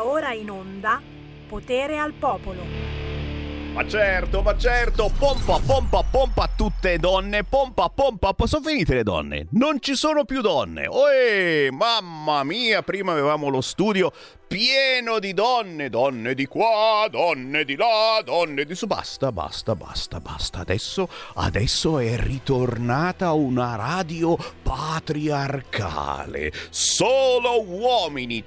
ora in onda Potere al Popolo. Ma certo, pompa, pompa, pompa tutte donne, pompa, pompa, sono finite le donne, non ci sono più donne, mamma mia, prima avevamo lo studio pieno di donne di qua, donne di là, donne di su, basta, adesso è ritornata una radio patriarcale, solo uomini,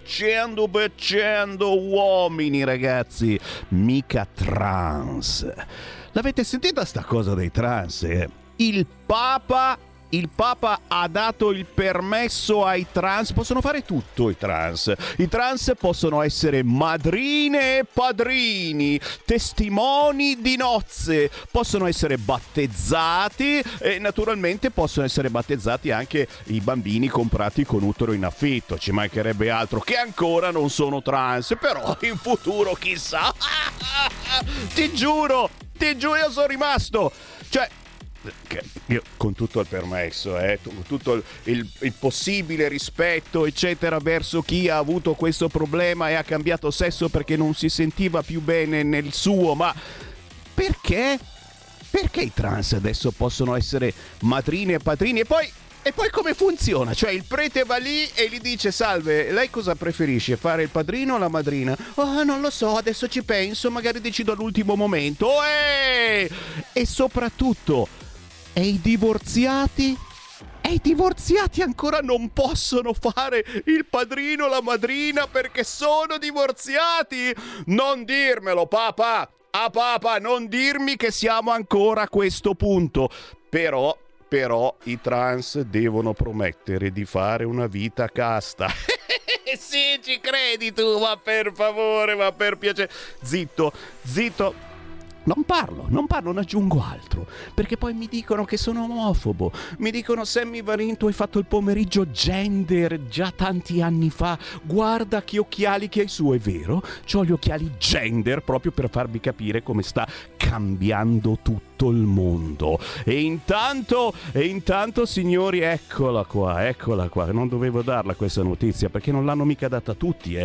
100% uomini ragazzi, mica trans. L'avete sentita sta cosa dei trans? Il Papa ha dato il permesso ai trans, possono fare tutto i trans possono essere madrine e padrini, testimoni di nozze, possono essere battezzati e naturalmente possono essere battezzati anche i bambini comprati con utero in affitto, ci mancherebbe altro, che ancora non sono trans, però in futuro chissà. Ti giuro, io sono rimasto, cioè io, con tutto il permesso, con tutto il possibile rispetto eccetera verso chi ha avuto questo problema e ha cambiato sesso perché non si sentiva più bene nel suo, ma perché i trans adesso possono essere madrine e padrini? E poi come funziona? Cioè il prete va lì e gli dice: salve, lei cosa preferisce, fare il padrino o la madrina? Oh, non lo so, adesso ci penso, magari decido all'ultimo momento. E soprattutto, e i divorziati? E i divorziati ancora non possono fare il padrino o la madrina perché sono divorziati? Non dirmelo, Papa! Ah, Papa, non dirmi che siamo ancora a questo punto. Però i trans devono promettere di fare una vita casta. Sì, ci credi tu, ma per favore, ma per piacere. Zitto. Non parlo, non aggiungo altro, perché poi mi dicono che sono omofobo, mi dicono: Sammy Varin, tu hai fatto il pomeriggio gender già tanti anni fa, guarda che occhiali che hai su, è vero? C'ho gli occhiali gender proprio per farvi capire come sta cambiando tutto il mondo. E intanto signori, eccola qua, non dovevo darla questa notizia perché non l'hanno mica data tutti,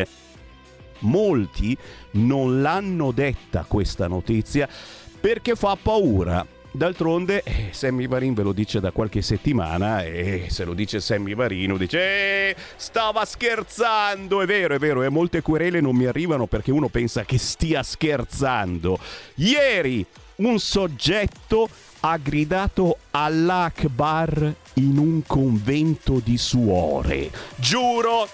Molti non l'hanno detta questa notizia perché fa paura. D'altronde Sammy Varin ve lo dice da qualche settimana e se lo dice Sammy Varin dice stava scherzando. È vero, e molte querele non mi arrivano perché uno pensa che stia scherzando. Ieri un soggetto ha gridato Allah Akbar in un convento di suore. Giuro!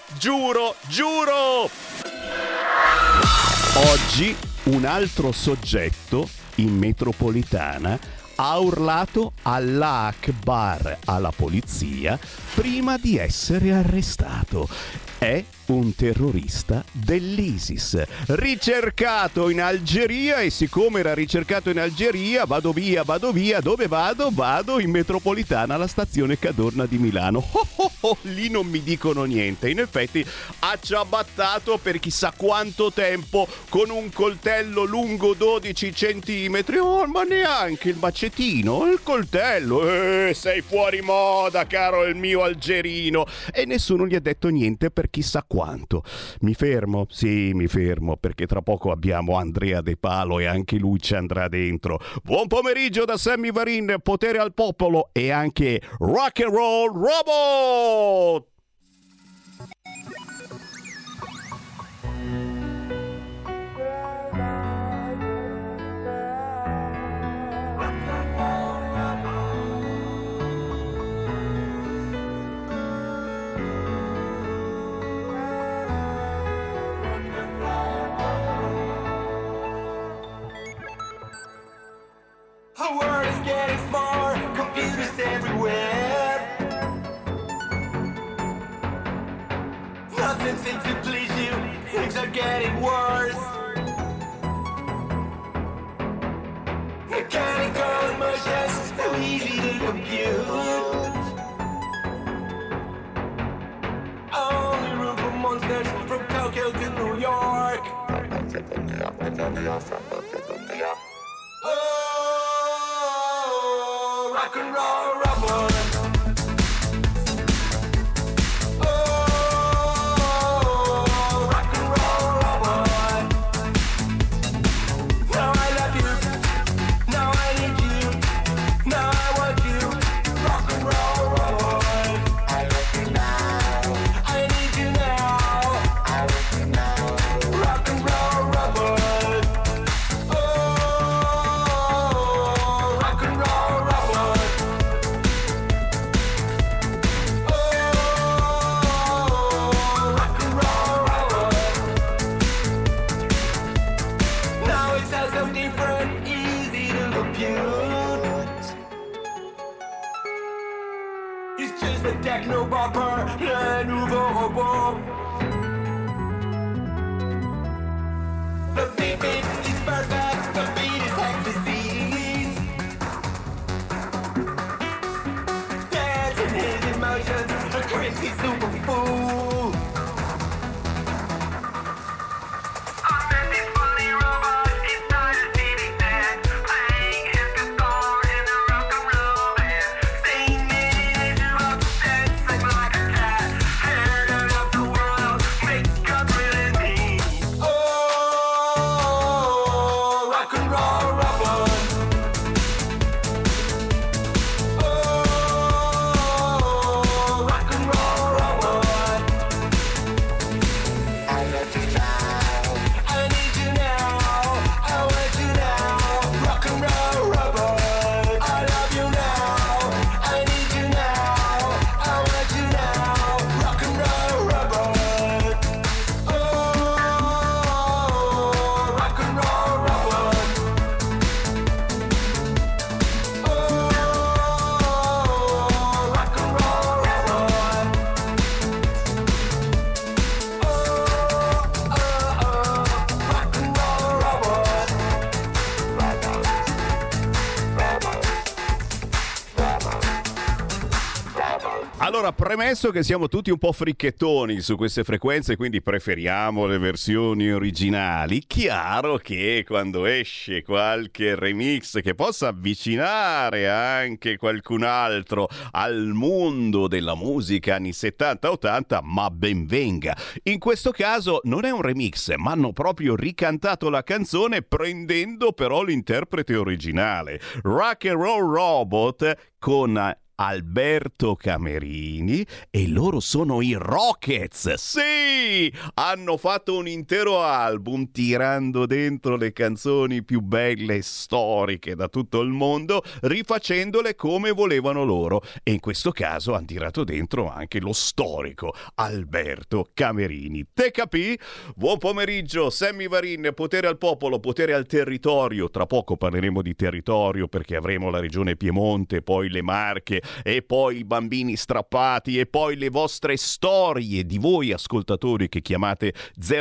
Oggi un altro soggetto in metropolitana ha urlato Allah Akbar alla polizia prima di essere arrestato. È un terrorista dell'ISIS, ricercato in Algeria, e siccome era ricercato in Algeria, vado via, dove vado? Vado in metropolitana alla stazione Cadorna di Milano. Lì non mi dicono niente, in effetti ha ciabattato per chissà quanto tempo con un coltello lungo 12 centimetri, ma neanche il macettino, il coltello, sei fuori moda caro il mio algerino, e nessuno gli ha detto niente per chissà quanto. Mi fermo? Sì, mi fermo, perché tra poco abbiamo Andrea De Palo e anche lui ci andrà dentro. Buon pomeriggio da Sammy Varin, Potere al Popolo e anche Rock and Roll Robot! The world is getting smart, computers everywhere. Nothing seems to please you, things are getting worse. Mechanical emotions, so easy to compute. Only room for monsters from Tokyo to New York. Oh, rock and roll robot. Oh, rock and roll robot. rapper, le nouveau robot. The beat is perfect, the beat is ecstasy. Dance in his emotions, a crazy super fool. I met this funny robot inside a TV set, playing his guitar in a rock and roll band, singing rock dancing like a cat, heard of the world, make up really. Oh, rock and roll robot. Oh, rock and roll robot. I love you now. I need you now. I want you now. Rock and roll robot. I love you now. I need you now. I want you now. Rock and roll robot. Oh, rock and roll robot. Oh, rock and roll robot. Rock and roll robot. Allora, premesso che siamo tutti un po' fricchettoni su queste frequenze, quindi preferiamo le versioni originali, chiaro che quando esce qualche remix che possa avvicinare anche qualcun altro al mondo della musica anni 70-80, ma ben venga. In questo caso non è un remix, ma hanno proprio ricantato la canzone prendendo però l'interprete originale. Rock and Roll Robot con Alberto Camerini, e loro sono i Rockets. Sì, hanno fatto un intero album tirando dentro le canzoni più belle e storiche da tutto il mondo, rifacendole come volevano loro, e in questo caso hanno tirato dentro anche lo storico Alberto Camerini. Te capì? Buon pomeriggio, Sammy Varin, potere al popolo, potere al territorio. Tra poco parleremo di territorio perché avremo la regione Piemonte, poi le Marche, e poi i bambini strappati, e poi le vostre storie di voi ascoltatori che chiamate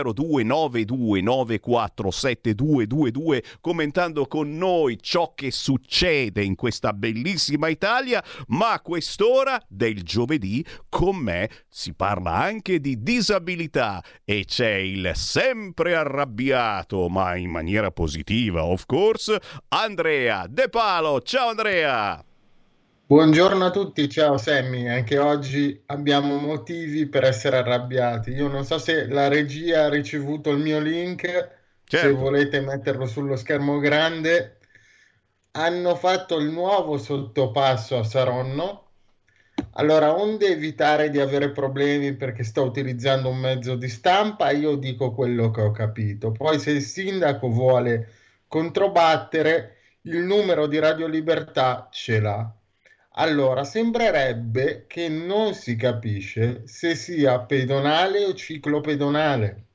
0292947222 commentando con noi ciò che succede in questa bellissima Italia. Ma a quest'ora del giovedì con me si parla anche di disabilità, e c'è il sempre arrabbiato, ma in maniera positiva of course, Andrea De Palo. Ciao Andrea! Buongiorno a tutti, ciao Sammy, anche oggi abbiamo motivi per essere arrabbiati. Io non so se la regia ha ricevuto il mio link, se Certo. volete metterlo sullo schermo grande. Hanno fatto il nuovo sottopasso a Saronno. Allora, onde evitare di avere problemi perché sto utilizzando un mezzo di stampa, io dico quello che ho capito. Poi se il sindaco vuole controbattere, il numero di Radio Libertà ce l'ha. Allora, sembrerebbe che non si capisce se sia pedonale o ciclopedonale.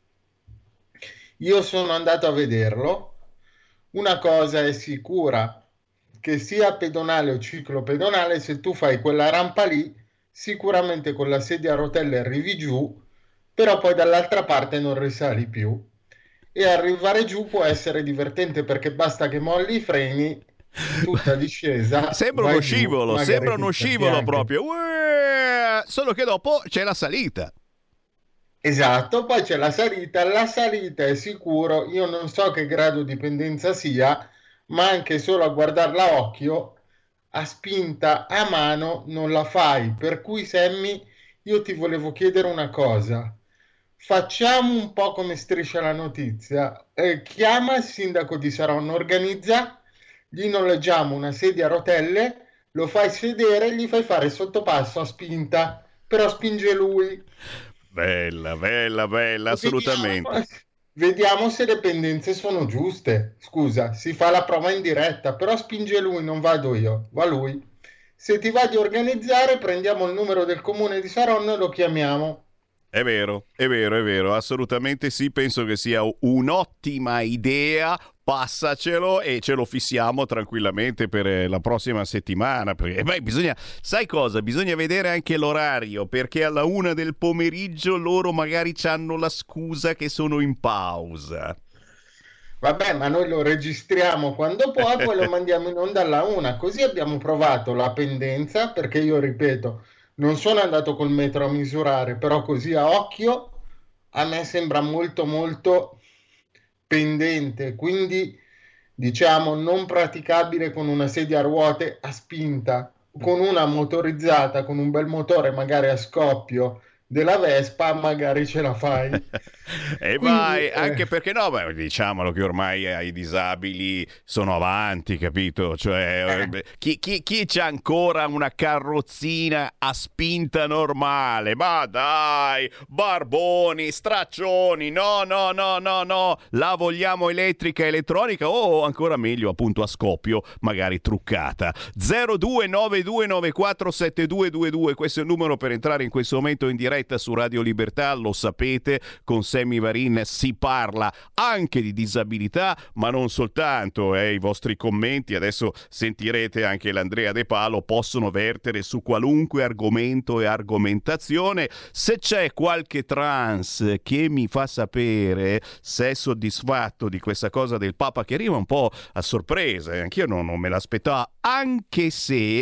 Io sono andato a vederlo. Una cosa è sicura, che sia pedonale o ciclopedonale, se tu fai quella rampa lì, sicuramente con la sedia a rotelle arrivi giù, però poi dall'altra parte non risali più. E arrivare giù può essere divertente perché basta che molli i freni, tutta discesa, Sembra vai uno giù, scivolo, magari sembra ti uno stacchi scivolo anche. proprio. Uè! Solo che dopo c'è la salita. Esatto, poi c'è la salita è sicuro, io non so che grado di pendenza sia, ma anche solo a guardarla a occhio, a spinta a mano non la fai, per cui Sammy, io ti volevo chiedere una cosa, facciamo un po' come Striscia la Notizia, chiama il sindaco di Saronno, organizza, gli noleggiamo una sedia a rotelle, lo fai sedere, gli fai fare il sottopasso a spinta, però spinge lui. Bella, bella, bella, assolutamente. Vediamo se le pendenze sono giuste. Scusa, si fa la prova in diretta, però spinge lui, non vado io, va lui. Se ti va di organizzare, prendiamo il numero del comune di Saronno e lo chiamiamo. È vero, assolutamente sì, penso che sia un'ottima idea. passacelo e ce lo fissiamo tranquillamente per la prossima settimana. Perché sai cosa? Bisogna vedere anche l'orario, perché alla 1 del pomeriggio loro magari hanno la scusa che sono in pausa. Vabbè, ma noi lo registriamo quando può e poi lo mandiamo in onda alla 1, così abbiamo provato la pendenza, perché io ripeto, non sono andato col metro a misurare, però così a occhio a me sembra molto molto pendente, quindi diciamo non praticabile con una sedia a ruote a spinta, con una motorizzata, con un bel motore magari a scoppio della Vespa, magari ce la fai. E Quindi, vai, anche perché no, beh, diciamolo che ormai i disabili sono avanti, capito? Cioè, chi c'ha ancora una carrozzina a spinta normale? Ma dai, barboni, straccioni, no, la vogliamo elettrica, elettronica o ancora meglio appunto a scoppio, magari truccata. 0292947222, questo è il numero per entrare in questo momento in diretta su Radio Libertà, lo sapete, con Sammy Varin si parla anche di disabilità, ma non soltanto, i vostri commenti, adesso sentirete anche l'Andrea De Palo, possono vertere su qualunque argomento e argomentazione. Se c'è qualche trans che mi fa sapere se è soddisfatto di questa cosa del Papa, che arriva un po' a sorpresa, anch'io non me l'aspettavo, anche se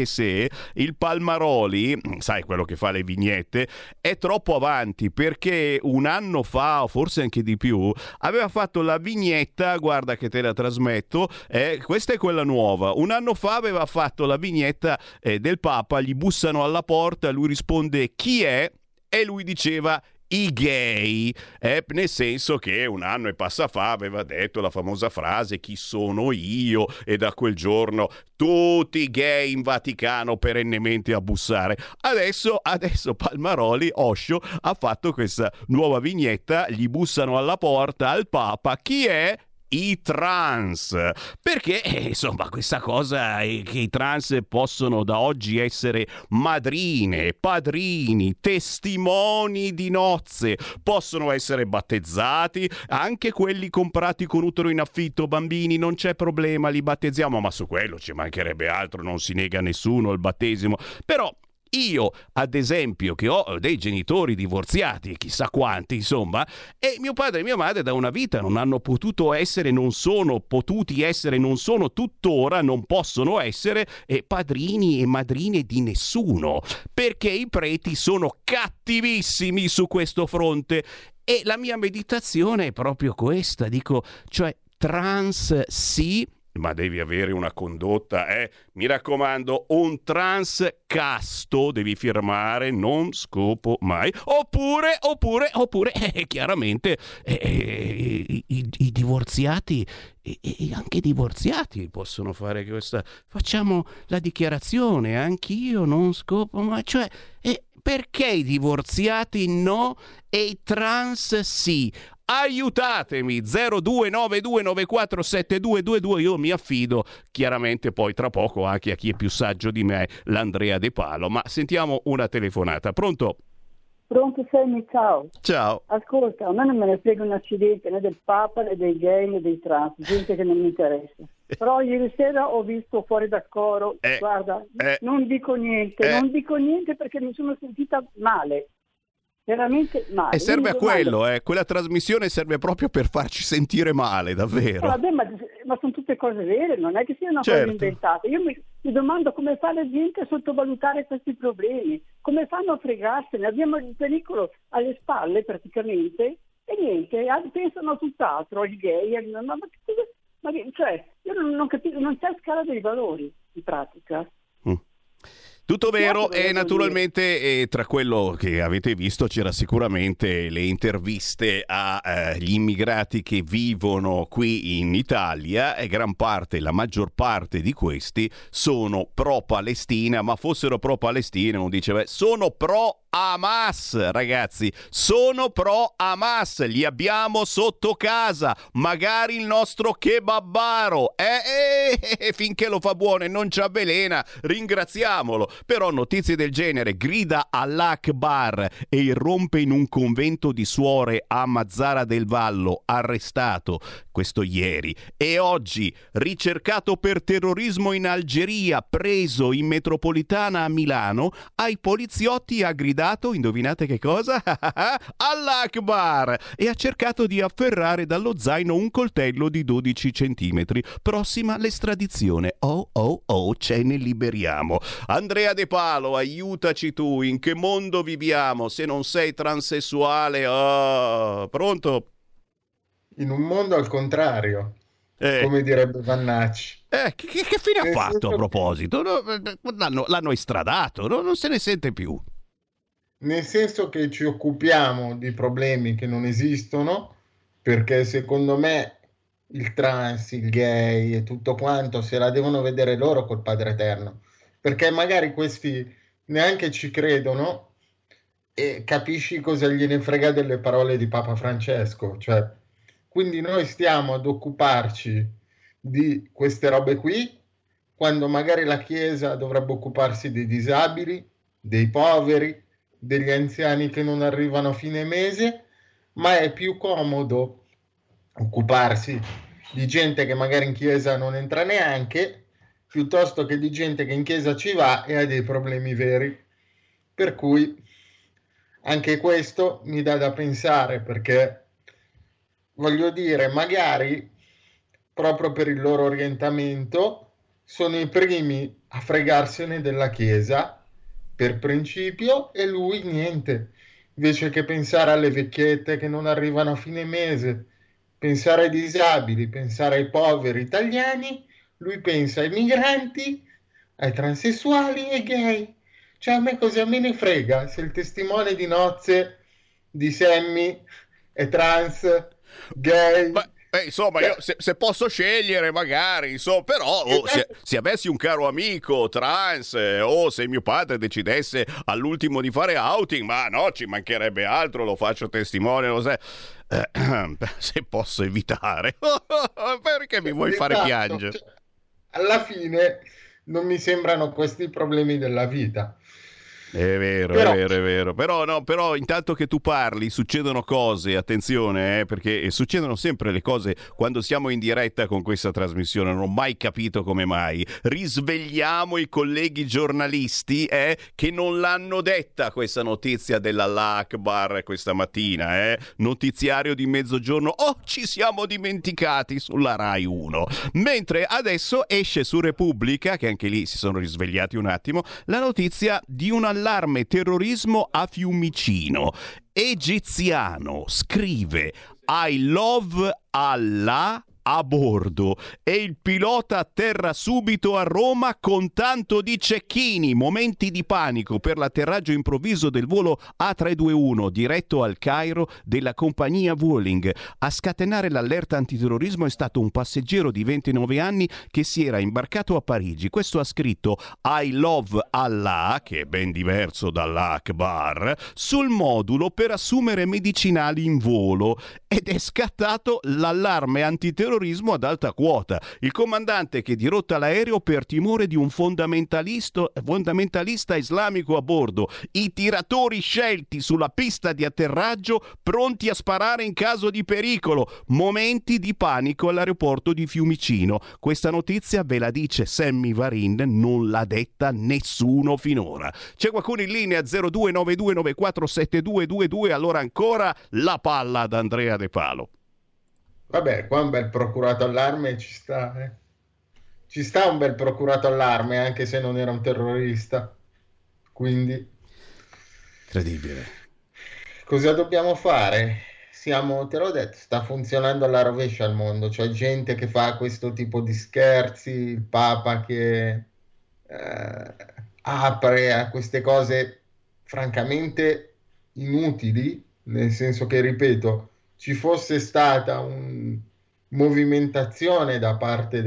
il Palmaroli, sai quello che fa le vignette, è troppo avanti, perché un anno fa o forse anche di più aveva fatto la vignetta, guarda che te la trasmetto, questa è quella nuova, un anno fa aveva fatto la vignetta del Papa, gli bussano alla porta, lui risponde chi è e lui diceva i gay, nel senso che un anno e passa fa aveva detto la famosa frase chi sono io, e da quel giorno tutti i gay in Vaticano perennemente a bussare. Adesso Palmaroli, Osho, ha fatto questa nuova vignetta, gli bussano alla porta al Papa, chi è? I trans, perché insomma questa cosa che i trans possono da oggi essere madrine, padrini, testimoni di nozze, possono essere battezzati, anche quelli comprati con utero in affitto, bambini, non c'è problema, li battezziamo, ma su quello ci mancherebbe altro, non si nega a nessuno il battesimo. Però io, ad esempio, che ho dei genitori divorziati, chissà quanti, insomma, e mio padre e mia madre da una vita non hanno potuto essere, non sono potuti essere, non sono tuttora, non possono essere padrini e madrine di nessuno, perché i preti sono cattivissimi su questo fronte. E la mia meditazione è proprio questa, dico, cioè trans sì, ma devi avere una condotta, mi raccomando, un trans casto devi firmare, non scopo mai, oppure chiaramente i divorziati e anche i divorziati possono fare questa, facciamo la dichiarazione, anch'io non scopo mai, cioè perché i divorziati no e i trans sì? Aiutatemi, 0292947222, io mi affido chiaramente poi tra poco anche a chi è più saggio di me, l'Andrea De Palo, ma sentiamo una telefonata. Pronto? Pronto Sammy, ciao. Ciao. Ascolta, a me non me ne frega un accidente né del Papa né dei gay né dei trans, gente che non mi interessa. Però ieri sera ho visto fuori dal coro, guarda, non dico niente perché mi sono sentita male. Veramente male. E serve a quello, quella trasmissione serve proprio per farci sentire male, davvero. Vabbè, ma sono tutte cose vere, non è che siano certo. cose inventate. Io mi domando come fa la gente a sottovalutare questi problemi, come fanno a fregarsene. Abbiamo il pericolo alle spalle praticamente e niente, pensano a tutt'altro, agli gay, cioè, io non capisco, non c'è scala dei valori in pratica. Tutto vero, e naturalmente tra quello che avete visto c'era sicuramente le interviste agli immigrati che vivono qui in Italia, e la maggior parte di questi sono pro-Palestina, ma fossero pro-Palestina non dice, sono pro-Hamas, ragazzi, sono pro-Hamas, li abbiamo sotto casa, magari il nostro kebabaro, finché lo fa buono e non ci avvelena, ringraziamolo. Però notizie del genere, grida all'Akbar e irrompe in un convento di suore a Mazzara del Vallo, arrestato, questo ieri. E oggi, ricercato per terrorismo in Algeria, preso in metropolitana a Milano, ai poliziotti ha gridato, indovinate che cosa? All'Akbar! E ha cercato di afferrare dallo zaino un coltello di 12 centimetri. Prossima l'estradizione. Oh, oh, oh, ce ne liberiamo. Andrea De Palo, aiutaci tu. In che mondo viviamo? Se non sei transessuale, pronto? In un mondo al contrario, Eh, come direbbe Vannacci. che fine ha Nel fatto a senso- proposito? L'hanno estradato, non se ne sente più. Nel senso che ci occupiamo di problemi che non esistono, perché secondo me il trans, il gay e tutto quanto se la devono vedere loro col Padre Eterno, perché magari questi neanche ci credono e capisci cosa gliene frega delle parole di Papa Francesco, cioè, quindi noi stiamo ad occuparci di queste robe qui, quando magari la Chiesa dovrebbe occuparsi dei disabili, dei poveri, degli anziani che non arrivano a fine mese, ma è più comodo occuparsi di gente che magari in chiesa non entra neanche, piuttosto che di gente che in chiesa ci va e ha dei problemi veri. Per cui anche questo mi dà da pensare, perché voglio dire, magari proprio per il loro orientamento sono i primi a fregarsene della chiesa per principio e lui niente, invece che pensare alle vecchiette che non arrivano a fine mese, pensare ai disabili, pensare ai poveri italiani, lui pensa ai migranti, ai transessuali e ai gay. Cioè a me cosa me ne frega se il testimone di nozze di Sammy è trans, gay. Insomma, io se posso scegliere magari, insomma, però se avessi un caro amico trans o se mio padre decidesse all'ultimo di fare outing, ma no, ci mancherebbe altro, lo faccio testimone, lo sai. Se posso evitare. Perché mi vuoi fare Esatto, piangere? cioè, alla fine non mi sembrano questi i problemi della vita. È vero, Però- è vero, è vero. Però, no, però intanto che tu parli succedono cose, attenzione, perché succedono sempre le cose quando siamo in diretta con questa trasmissione, non ho mai capito come mai. Risvegliamo i colleghi giornalisti che non l'hanno detta questa notizia dell'Allah Akbar questa mattina. Notiziario di mezzogiorno, ci siamo dimenticati sulla Rai 1. Mentre adesso esce su Repubblica, che anche lì si sono risvegliati un attimo, la notizia di un allarme terrorismo a Fiumicino. Egiziano scrive I love Allah a bordo e il pilota atterra subito a Roma con tanto di cecchini. Momenti di panico per l'atterraggio improvviso del volo A321 diretto al Cairo della compagnia Vueling. A scatenare l'allerta antiterrorismo è stato un passeggero di 29 anni che si era imbarcato a Parigi. Questo ha scritto I love Allah, che è ben diverso dall'Akbar, sul modulo per assumere medicinali in volo ed è scattato l'allarme antiterrorismo ad alta quota. Il comandante che dirotta l'aereo per timore di un fondamentalista islamico a bordo. I tiratori scelti sulla pista di atterraggio pronti a sparare in caso di pericolo. Momenti di panico all'aeroporto di Fiumicino. Questa notizia ve la dice Sammy Varin, non l'ha detta nessuno finora. C'è qualcuno in linea 0292947222, allora ancora la palla ad Andrea De Palo. Vabbè, qua un bel procurato allarme ci sta, eh. Ci sta un bel procurato allarme, anche se non era un terrorista. Quindi, Incredibile. cosa dobbiamo fare? Te l'ho detto, sta funzionando alla rovescia al mondo. C'è gente che fa questo tipo di scherzi, il Papa che apre a queste cose francamente inutili, nel senso che, ripeto, ci fosse stata una movimentazione da parte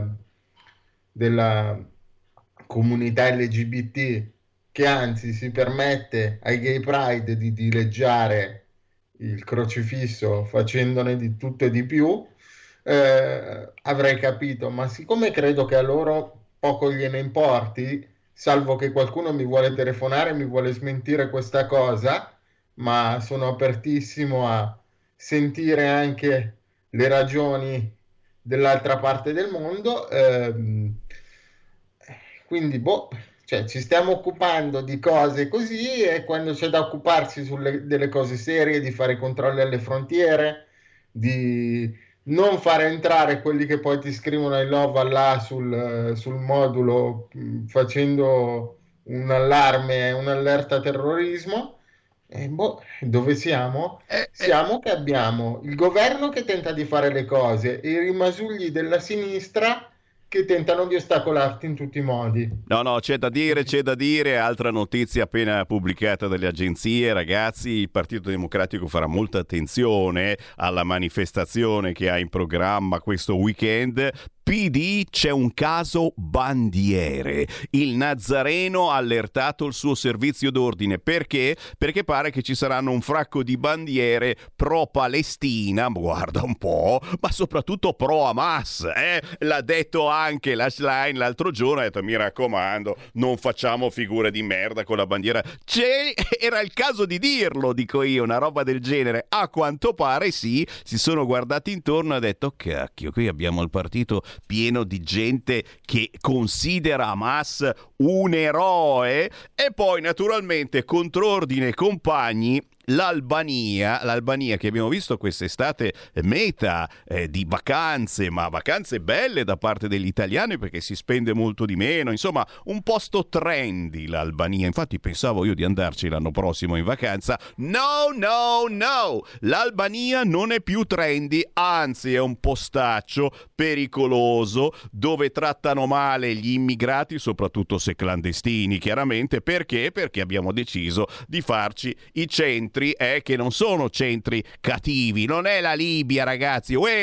della comunità LGBT che anzi si permette ai gay pride di dileggiare il crocifisso facendone di tutto e di più, avrei capito, ma siccome credo che a loro poco gliene importi salvo che qualcuno mi vuole telefonare, mi vuole smentire questa cosa, ma sono apertissimo a sentire anche le ragioni dell'altra parte del mondo. Quindi, cioè, ci stiamo occupando di cose così, e quando c'è da occuparsi delle cose serie, di fare i controlli alle frontiere, di non fare entrare quelli che poi ti scrivono I love Allah sul modulo, facendo un allarme, un'allerta terrorismo. Dove siamo? Siamo che abbiamo il governo che tenta di fare le cose e i rimasugli della sinistra che tentano di ostacolarti in tutti i modi. No, c'è da dire, altra notizia appena pubblicata dalle agenzie, ragazzi, il Partito Democratico farà molta attenzione alla manifestazione che ha in programma questo weekend. PD, c'è un caso bandiere. Il Nazareno ha allertato il suo servizio d'ordine. Perché? Perché pare che ci saranno un fracco di bandiere pro-Palestina, guarda un po', ma soprattutto pro-Hamas. L'ha detto anche la Schlein l'altro giorno, ha detto mi raccomando, non facciamo figure di merda con la bandiera. Era il caso di dirlo, dico io, una roba del genere. A quanto pare sì, si sono guardati intorno e ha detto cacchio, qui abbiamo il partito pieno di gente che considera Hamas un eroe. E poi naturalmente contrordine e compagni l'Albania che abbiamo visto quest'estate meta di vacanze, ma vacanze belle da parte degli italiani perché si spende molto di meno, insomma un posto trendy l'Albania. Infatti pensavo io di andarci l'anno prossimo in vacanza. No, l'Albania non è più trendy, anzi è un postaccio pericoloso dove trattano male gli immigrati, soprattutto se clandestini, chiaramente. Perché? Perché abbiamo deciso di farci i centri che non sono centri cattivi, non è la Libia, ragazzi, non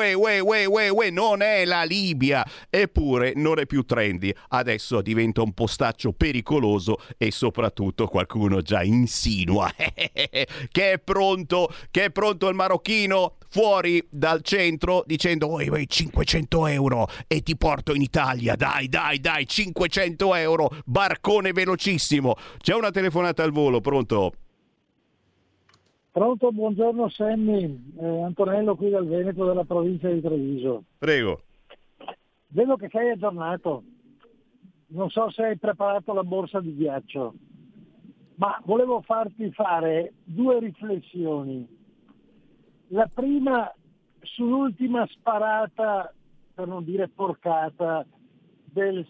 è la Libia, eppure non è più trendy, adesso diventa un postaccio pericoloso e soprattutto qualcuno già insinua che è pronto il marocchino fuori dal centro dicendo 500 euro e ti porto in Italia, dai 500 euro, barcone velocissimo. C'è una telefonata al volo, pronto? Pronto, buongiorno Sammy, Antonello qui dal Veneto, della provincia di Treviso. Prego. Vedo che sei aggiornato, non so se hai preparato la borsa di ghiaccio, ma volevo farti fare due riflessioni. La prima sull'ultima sparata, per non dire porcata, del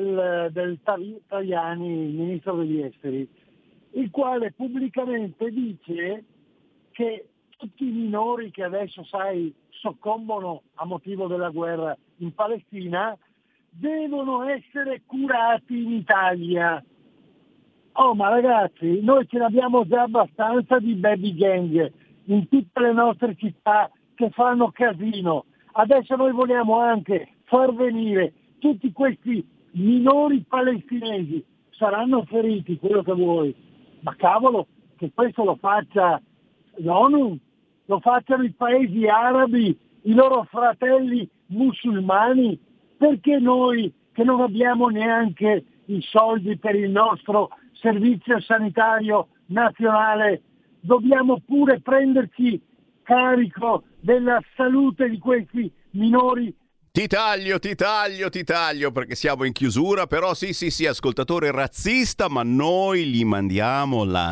Tajani, il ministro degli esteri, il quale pubblicamente dice che tutti i minori che adesso, sai, soccombono a motivo della guerra in Palestina devono essere curati in Italia. Oh, ma ragazzi, noi ce ne abbiamo già abbastanza di baby gang in tutte le nostre città che fanno casino. Adesso noi vogliamo anche far venire tutti questi minori palestinesi. Saranno feriti, quello che vuoi, ma cavolo, che questo lo faccia l'ONU, lo facciano i paesi arabi, i loro fratelli musulmani. Perché noi, che non abbiamo neanche i soldi per il nostro servizio sanitario nazionale, dobbiamo pure prenderci carico della salute di questi minori? Ti taglio perché siamo in chiusura, però sì, ascoltatore razzista, ma noi gli mandiamo la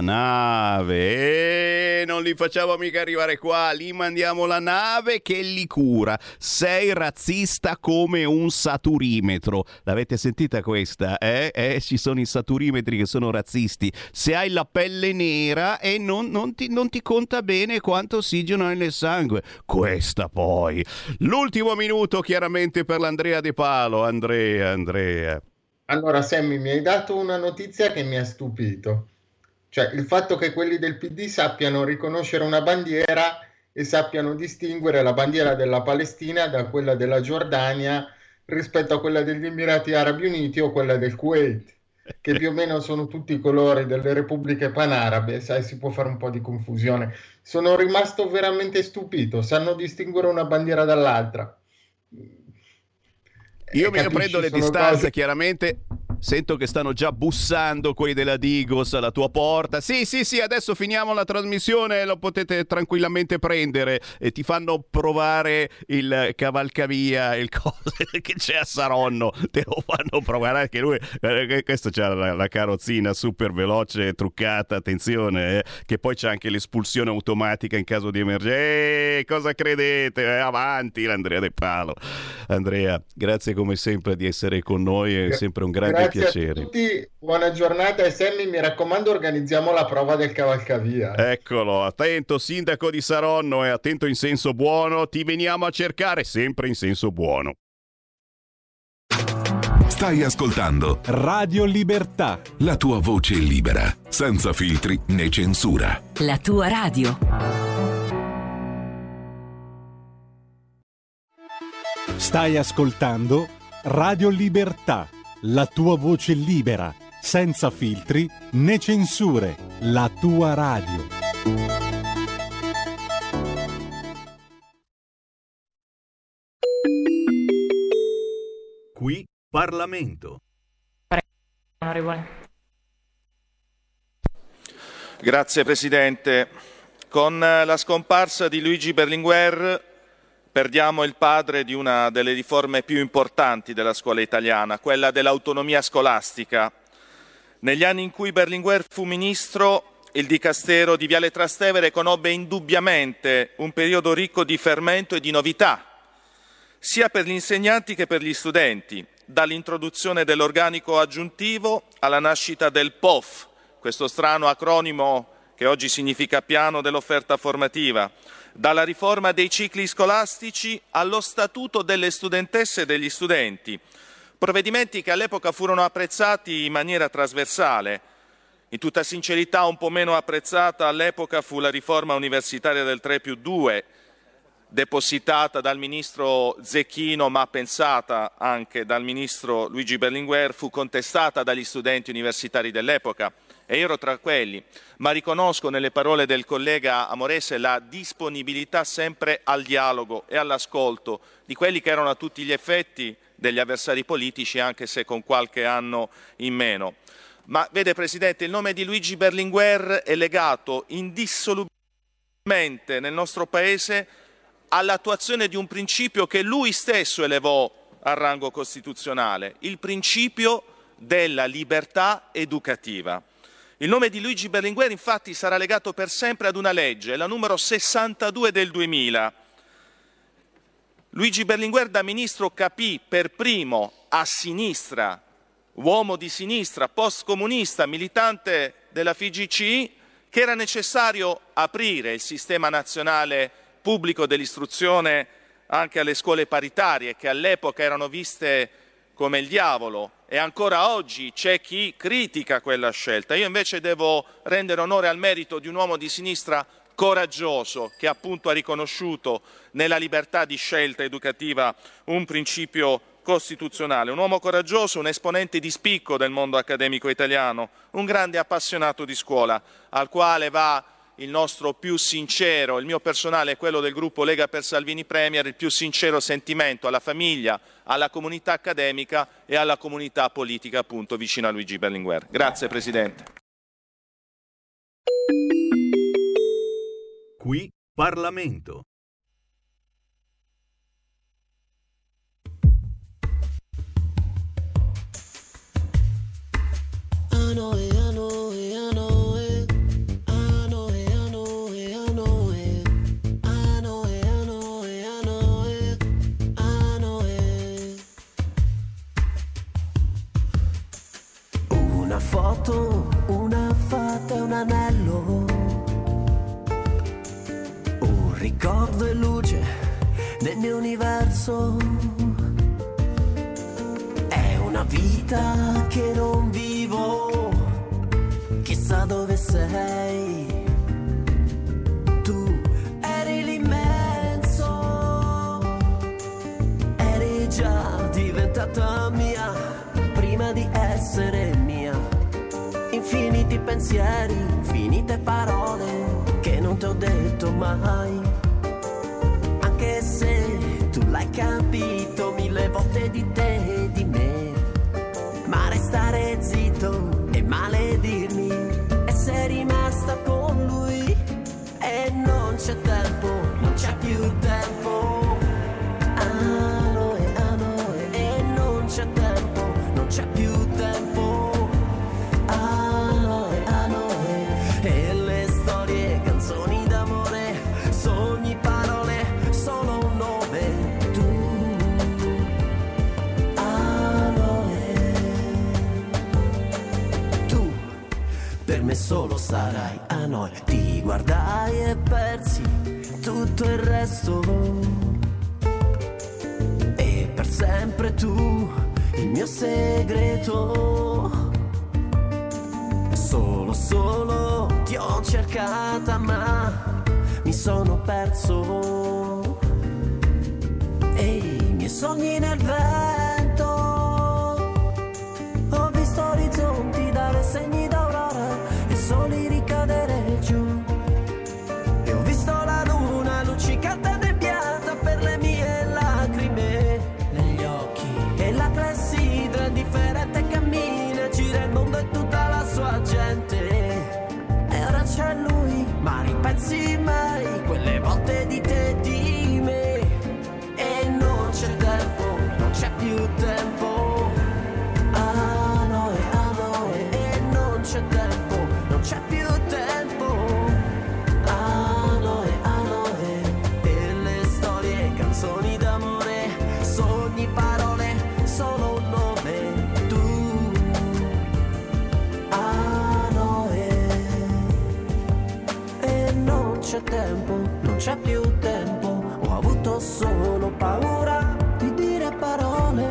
nave, non li facciamo mica arrivare qua, gli mandiamo la nave che li cura. Sei razzista come un saturimetro. L'avete sentita questa? Ci sono i saturimetri che sono razzisti. Se hai la pelle nera e non ti conta bene quanto ossigeno hai nel sangue. Questa poi. L'ultimo minuto chiaramente per l'Andrea De Palo. Andrea. Allora, Sammy, mi hai dato una notizia che mi ha stupito. Cioè, il fatto che quelli del PD sappiano riconoscere una bandiera e sappiano distinguere la bandiera della Palestina da quella della Giordania rispetto a quella degli Emirati Arabi Uniti o quella del Kuwait, che più o meno sono tutti i colori delle repubbliche panarabe, sai, si può fare un po' di confusione. Sono rimasto veramente stupito, sanno distinguere una bandiera dall'altra. Io prendo le distanze, chiaramente. Sento che stanno già bussando quelli della Digos alla tua porta. Sì, adesso finiamo la trasmissione, lo potete tranquillamente prendere, e ti fanno provare il cavalcavia, il cose che c'è a Saronno, te lo fanno provare anche lui. Questo c'ha la carrozzina super veloce, truccata, attenzione, che poi c'è anche l'espulsione automatica in caso di emergenza. Cosa credete? Avanti l'Andrea De Palo. Andrea, grazie come sempre di essere con noi, è sempre un grande piacere. A tutti, buona giornata, e Sammy, mi raccomando, organizziamo la prova del cavalcavia. Eccolo, attento sindaco di Saronno, e attento in senso buono, ti veniamo a cercare sempre in senso buono. Stai ascoltando Radio Libertà, la tua voce libera, senza filtri né censura. La tua radio. stai ascoltando Radio Libertà, la tua voce libera, senza filtri né censure, la tua radio. Qui Parlamento. Onorevole. Grazie Presidente. Con la scomparsa di Luigi Berlinguer perdiamo il padre di una delle riforme più importanti della scuola italiana, quella dell'autonomia scolastica. Negli anni in cui Berlinguer fu ministro, il dicastero di Viale Trastevere conobbe indubbiamente un periodo ricco di fermento e di novità, sia per gli insegnanti che per gli studenti, dall'introduzione dell'organico aggiuntivo alla nascita del POF, questo strano acronimo che oggi significa piano dell'offerta formativa, dalla riforma dei cicli scolastici allo statuto delle studentesse e degli studenti, provvedimenti che all'epoca furono apprezzati in maniera trasversale. In tutta sincerità, un po' meno apprezzata all'epoca fu la riforma universitaria del 3+2, depositata dal ministro Zecchino ma pensata anche dal ministro Luigi Berlinguer, fu contestata dagli studenti universitari dell'epoca e io ero tra quelli, ma riconosco nelle parole del collega Amorese la disponibilità sempre al dialogo e all'ascolto di quelli che erano a tutti gli effetti degli avversari politici, anche se con qualche anno in meno. Ma vede Presidente, il nome di Luigi Berlinguer è legato indissolubilmente nel nostro Paese all'attuazione di un principio che lui stesso elevò al rango costituzionale, il principio della libertà educativa. Il nome di Luigi Berlinguer infatti sarà legato per sempre ad una legge, la numero 62 del 2000. Luigi Berlinguer da ministro capì per primo a sinistra, uomo di sinistra, post-comunista, militante della FIGC, che era necessario aprire il sistema nazionale pubblico dell'istruzione anche alle scuole paritarie, che all'epoca erano viste come il diavolo, e ancora oggi c'è chi critica quella scelta. Io invece devo rendere onore al merito di un uomo di sinistra coraggioso, che appunto ha riconosciuto nella libertà di scelta educativa un principio costituzionale, un uomo coraggioso, un esponente di spicco del mondo accademico italiano, un grande appassionato di scuola, al quale va il nostro più sincero, il mio personale e quello del gruppo Lega per Salvini Premier, il più sincero sentimento alla famiglia, alla comunità accademica e alla comunità politica appunto vicino a Luigi Berlinguer. Grazie Presidente. Qui Parlamento. Una foto, una fata e un anello, un ricordo e luce nel mio universo. È una vita che non vivo, chissà dove sei. Tu eri l'immenso, eri già diventata mia prima di essere mia. Infiniti pensieri, infinite parole che non ti ho detto mai. Anche se tu l'hai capito 1000 volte di te e di me, ma restare guardai e persi tutto il resto. E per sempre tu, il mio segreto. Solo ti ho cercata ma mi sono perso. E i miei sogni nel vento. Ho visto orizzonti dare segni d'aurora e soli ricadere giù. E ho visto la luna luccicata nebbiata per le mie lacrime negli occhi. E la clessidra indifferente cammina, gira il mondo e tutta la sua gente. E ora c'è lui, ma ripensi mai quelle volte di te e di me. E non c'è tempo, non c'è più tempo. Ah no, e non c'è tempo, non c'è più tempo. Ah no, e le storie, canzoni d'amore, sogni, parole, solo un nome, tu. Ah no, e non c'è tempo, non c'è più tempo. Ho avuto solo paura di dire parole.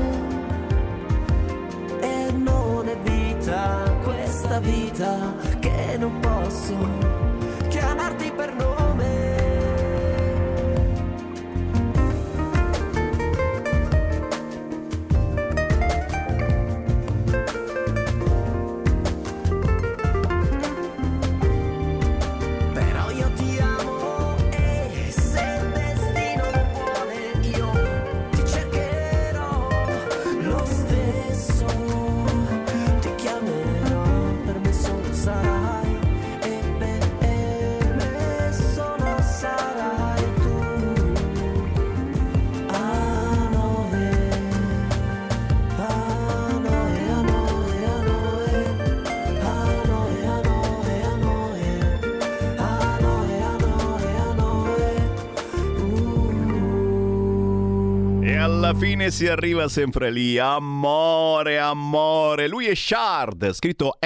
E non è vita, questa vita, che non posso chiamarti per nome. Però io ti amo e se il destino non vuole io ti cercherò lo stesso. Ti chiamerò, per me solo sarai e per me solo sarai tu. Ah no, ah no, ah no, E alla fine si arriva sempre lì, amore, amore. Lui è Shard, scritto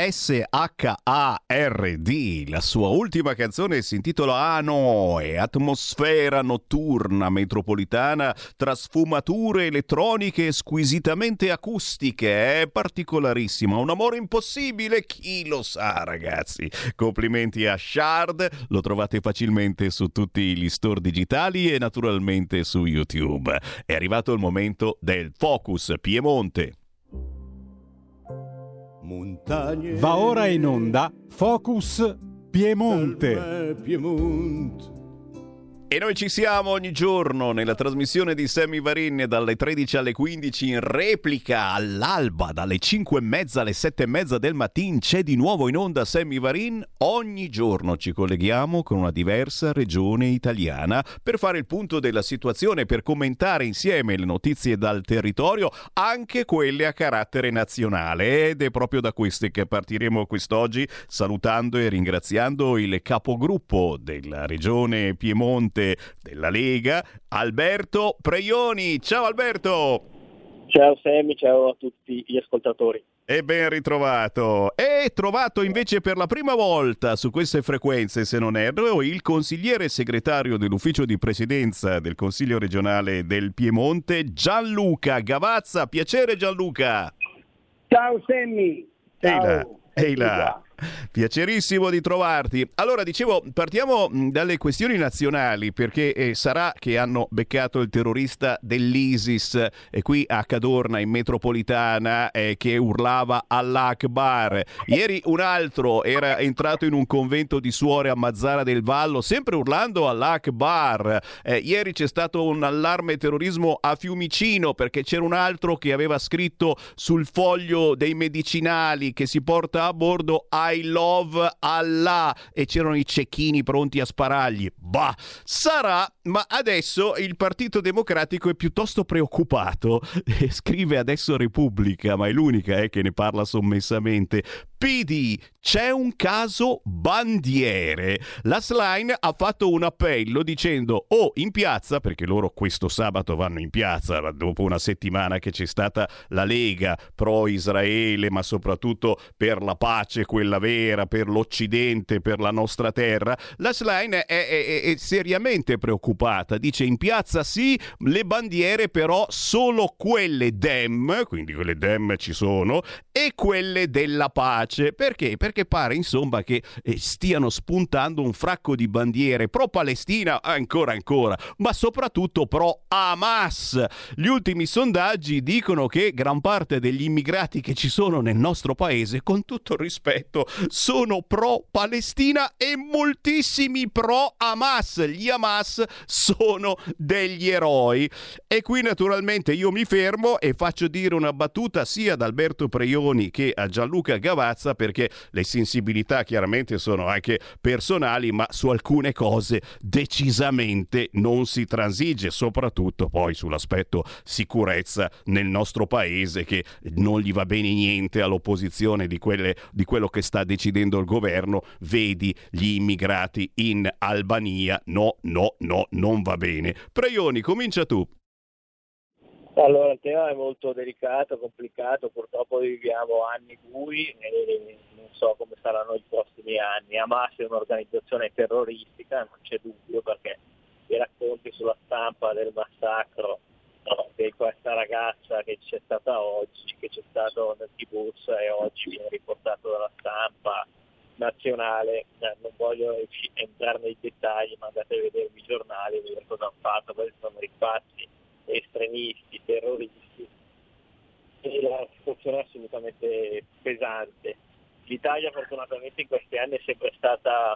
S-H-A-R-D. La sua ultima canzone si intitola Anoe, atmosfera notturna metropolitana tra sfumature elettroniche squisitamente acustiche. È particolarissima, un amore impossibile, chi lo sa, ragazzi. Complimenti a Shard, lo trovate facilmente su tutti gli store digitali e naturalmente su YouTube. È arrivato il momento del Focus Piemonte. Va ora in onda Focus Piemonte. E noi ci siamo ogni giorno nella trasmissione di Sammy Varin dalle 13 alle 15, in replica all'alba dalle 5:30 alle 7:30 del mattino. C'è di nuovo in onda Sammy Varin. Ogni giorno ci colleghiamo con una diversa regione italiana per fare il punto della situazione, per commentare insieme le notizie dal territorio, anche quelle a carattere nazionale. Ed è proprio da queste che partiremo quest'oggi, salutando e ringraziando il capogruppo della regione Piemonte della Lega, Alberto Preioni. Ciao Alberto! Ciao Sammy, ciao a tutti gli ascoltatori. E ben ritrovato. E trovato invece per la prima volta su queste frequenze, se non erro, il consigliere segretario dell'ufficio di presidenza del Consiglio regionale del Piemonte, Gianluca Gavazza. Piacere Gianluca! Ciao Sammy! Ciao! Ehi là. Piacerissimo di trovarti. Allora, dicevo, partiamo dalle questioni nazionali, perché sarà che hanno beccato il terrorista dell'ISIS qui a Cadorna, in metropolitana, che urlava Allah Akbar. Ieri un altro era entrato in un convento di suore a Mazzara del Vallo, sempre urlando Allah Akbar. Ieri c'è stato un allarme terrorismo a Fiumicino, perché c'era un altro che aveva scritto sul foglio dei medicinali che si porta a bordo I love Allah, e c'erano i cecchini pronti a sparargli. Bah, sarà, ma adesso il Partito Democratico è piuttosto preoccupato e scrive adesso Repubblica, ma è l'unica che ne parla sommessamente. PD, c'è un caso bandiere. La Schlein ha fatto un appello dicendo: in piazza, perché loro questo sabato vanno in piazza dopo una settimana che c'è stata la Lega pro Israele, ma soprattutto per la pace, quella primavera, per l'Occidente, per la nostra terra, la Schlein è seriamente preoccupata. Dice: in piazza sì, le bandiere però solo quelle Dem, quindi quelle Dem ci sono, e quelle della pace. Perché? Perché pare insomma che stiano spuntando un fracco di bandiere pro Palestina ancora, ma soprattutto pro Hamas. Gli ultimi sondaggi dicono che gran parte degli immigrati che ci sono nel nostro paese, con tutto il rispetto, sono pro Palestina e moltissimi pro Hamas. Gli Hamas sono degli eroi. E qui naturalmente io mi fermo e faccio dire una battuta sia ad Alberto Preioni che a Gianluca Gavazza, perché le sensibilità chiaramente sono anche personali, ma su alcune cose decisamente non si transige, soprattutto poi sull'aspetto sicurezza nel nostro paese, che non gli va bene niente all'opposizione di quello che sta decidendo il governo. Vedi gli immigrati in Albania, no, non va bene. Preioni, comincia tu. Allora, il tema è molto delicato, complicato, purtroppo viviamo anni bui e non so come saranno i prossimi anni. Hamas è un'organizzazione terroristica, non c'è dubbio, perché i racconti sulla stampa del massacro di questa ragazza che c'è stata oggi, che c'è stato nel kibbutz e oggi viene riportato dalla stampa nazionale, non voglio entrare nei dettagli, ma andate a vedere i giornali e vedere cosa hanno fatto. Questi sono rifatti estremisti, terroristi, e la situazione è assolutamente pesante. L'Italia fortunatamente in questi anni è sempre stata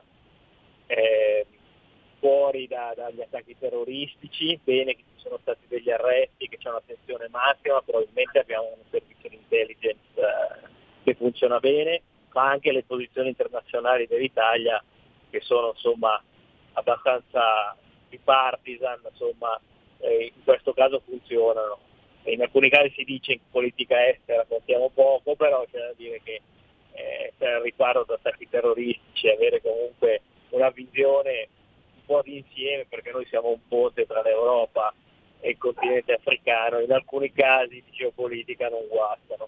fuori dagli attacchi terroristici, bene che ci sono stati degli arresti, che c'è un'attenzione massima, probabilmente abbiamo un servizio di intelligence che funziona bene, ma anche le posizioni internazionali dell'Italia che sono insomma abbastanza bipartisan, insomma in questo caso funzionano. In alcuni casi si dice in politica estera contiamo poco, però c'è da dire che per il riparo da attacchi terroristici, avere comunque una visione un po' di insieme, perché noi siamo un ponte tra l'Europa e il continente africano, in alcuni casi di geopolitica non guastano.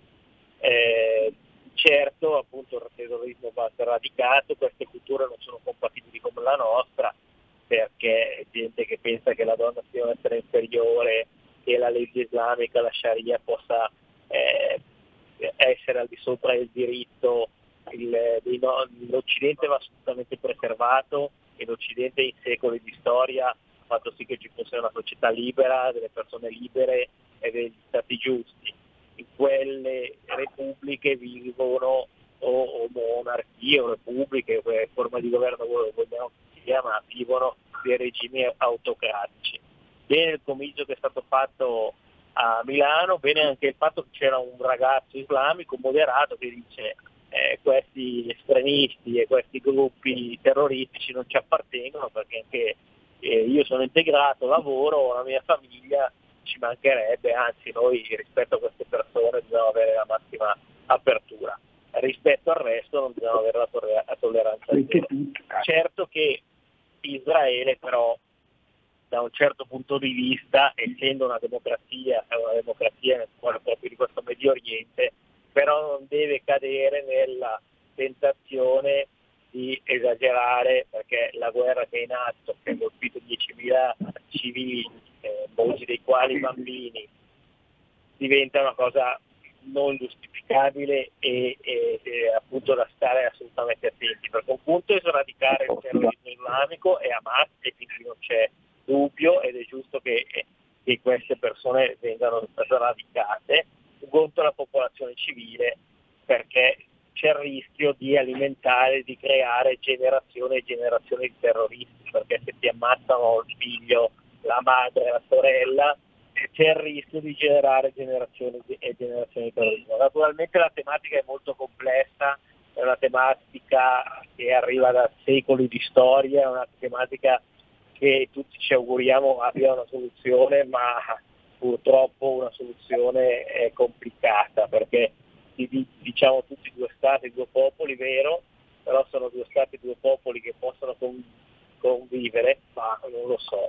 Certo, appunto, il terrorismo va sradicato, queste culture non sono compatibili con la nostra, perché è gente che pensa che la donna sia un essere inferiore, che la legge islamica, la Sharia, possa essere al di sopra del diritto. L'Occidente va assolutamente preservato, e l'Occidente in secoli di storia ha fatto sì che ci fosse una società libera, delle persone libere e degli stati giusti. In quelle repubbliche vivono, o monarchie o repubbliche, forma di governo vogliamo che sia, ma vivono dei regimi autocratici. Bene il comizio che è stato fatto a Milano, bene anche il fatto che c'era un ragazzo islamico moderato che dice questi estremisti e questi gruppi terroristici non ci appartengono, perché anche io sono integrato, lavoro, ho la mia famiglia, ci mancherebbe, anzi noi rispetto a queste persone dobbiamo avere la massima apertura. Rispetto al resto non bisogna avere la tolleranza zero. Certo che Israele però, da un certo punto di vista, essendo una democrazia nel cuore proprio di questo Medio Oriente, però non deve cadere nella tentazione di esagerare, perché la guerra che è in atto, che ha colpito 10.000 civili, molti dei quali bambini, diventa una cosa non giustificabile e appunto da stare assolutamente attenti, perché un punto è sradicare il terrorismo islamico e Hamas, e quindi non c'è dubbio, ed è giusto che queste persone vengano sradicate. Un conto la popolazione civile, perché c'è il rischio di alimentare, di creare generazioni e generazioni di terroristi, perché se ti ammazzano il figlio, la madre, la sorella, c'è il rischio di generare generazioni e generazioni di terrorismo. Naturalmente la tematica è molto complessa, è una tematica che arriva da secoli di storia, è una tematica che tutti ci auguriamo abbia una soluzione, ma purtroppo una soluzione è complicata, perché diciamo tutti due stati, due popoli, vero, però sono due stati, due popoli che possono convivere, ma non lo so.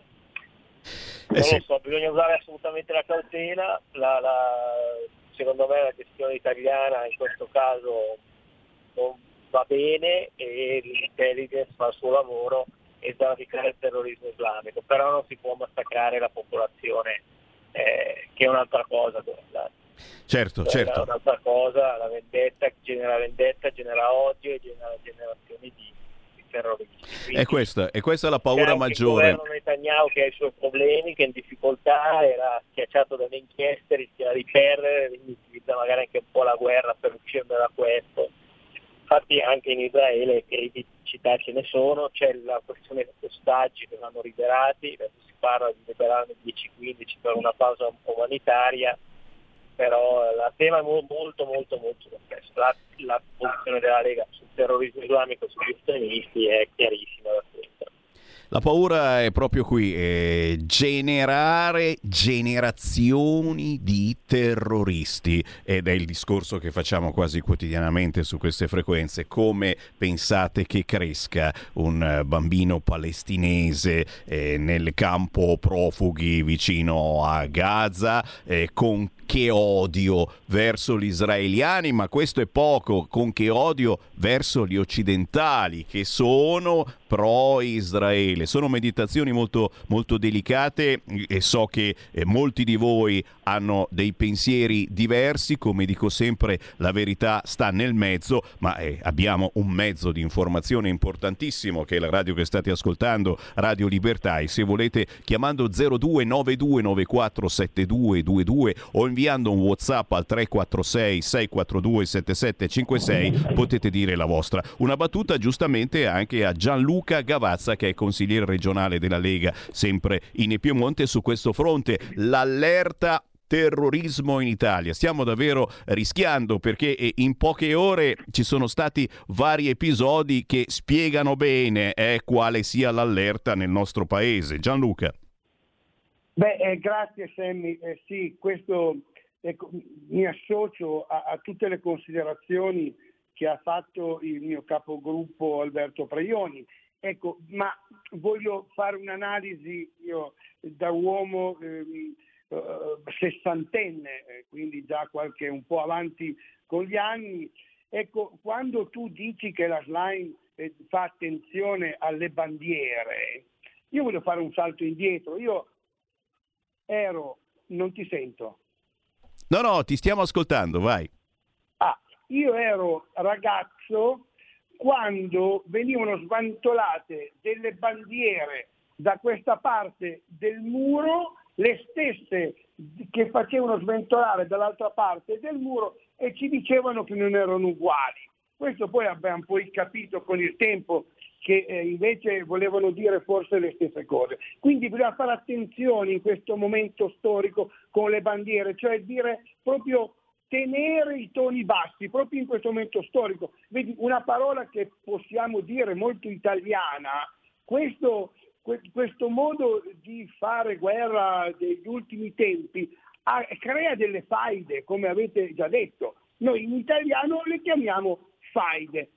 Non lo so, bisogna usare assolutamente la cautela, secondo me la gestione italiana in questo caso non va bene e l'intelligence fa il suo lavoro e sradicare il terrorismo islamico, però non si può massacrare la popolazione, che è un'altra cosa quella. Certo, Quella certo. è un'altra cosa, la vendetta genera odio e genera generazioni di terroristi. Quindi È questa la c'è paura anche maggiore. il governo Netanyahu che ha i suoi problemi, che è in difficoltà, era schiacciato dalle inchieste, rischia di perdere, quindi utilizza magari anche un po' la guerra per uscirne da questo. Infatti anche in Israele criticità ce ne sono, c'è la questione degli ostaggi che vanno liberati, adesso si parla di liberarne 10-15 per una pausa umanitaria, però il tema è molto complesso. La posizione della Lega sul terrorismo islamico e sugli estremisti è chiarissima da questo. La paura è proprio qui, generare generazioni di terroristi, ed è il discorso che facciamo quasi quotidianamente su queste frequenze. Come pensate che cresca un bambino palestinese nel campo profughi vicino a Gaza, con che odio verso gli israeliani, ma questo è poco, con che odio verso gli occidentali che sono pro-Israele. Sono meditazioni molto, molto delicate e so che molti di voi hanno dei pensieri diversi. Come dico sempre, la verità sta nel mezzo, ma abbiamo un mezzo di informazione importantissimo che è la radio che state ascoltando, Radio Libertà, e se volete chiamando 0292947222 o inviando un WhatsApp al 346 642 7756 potete dire la vostra. Una battuta giustamente anche a Gianluca Gavazza, che è consigliere regionale della Lega sempre in Piemonte, su questo fronte. L'allerta terrorismo in Italia. Stiamo davvero rischiando, perché in poche ore ci sono stati vari episodi che spiegano bene quale sia l'allerta nel nostro paese. Gianluca. Grazie Sammy. Sì, questo mi associo a tutte le considerazioni che ha fatto il mio capogruppo Alberto Preioni. Ecco, ma voglio fare un'analisi, io da uomo sessantenne, quindi già un po' avanti con gli anni. Ecco, quando tu dici che la Schlein fa attenzione alle bandiere, io voglio fare un salto indietro. Non ti sento. No, ti stiamo ascoltando, vai. Io ero ragazzo quando venivano svantolate delle bandiere da questa parte del muro, le stesse che facevano sventolare dall'altra parte del muro, e ci dicevano che non erano uguali. Questo poi abbiamo capito con il tempo che invece volevano dire forse le stesse cose. Quindi bisogna fare attenzione in questo momento storico con le bandiere, cioè dire proprio tenere i toni bassi, proprio in questo momento storico. Vedi, una parola che possiamo dire molto italiana, questo modo di fare guerra degli ultimi tempi crea delle faide, come avete già detto. Noi in italiano le chiamiamo faide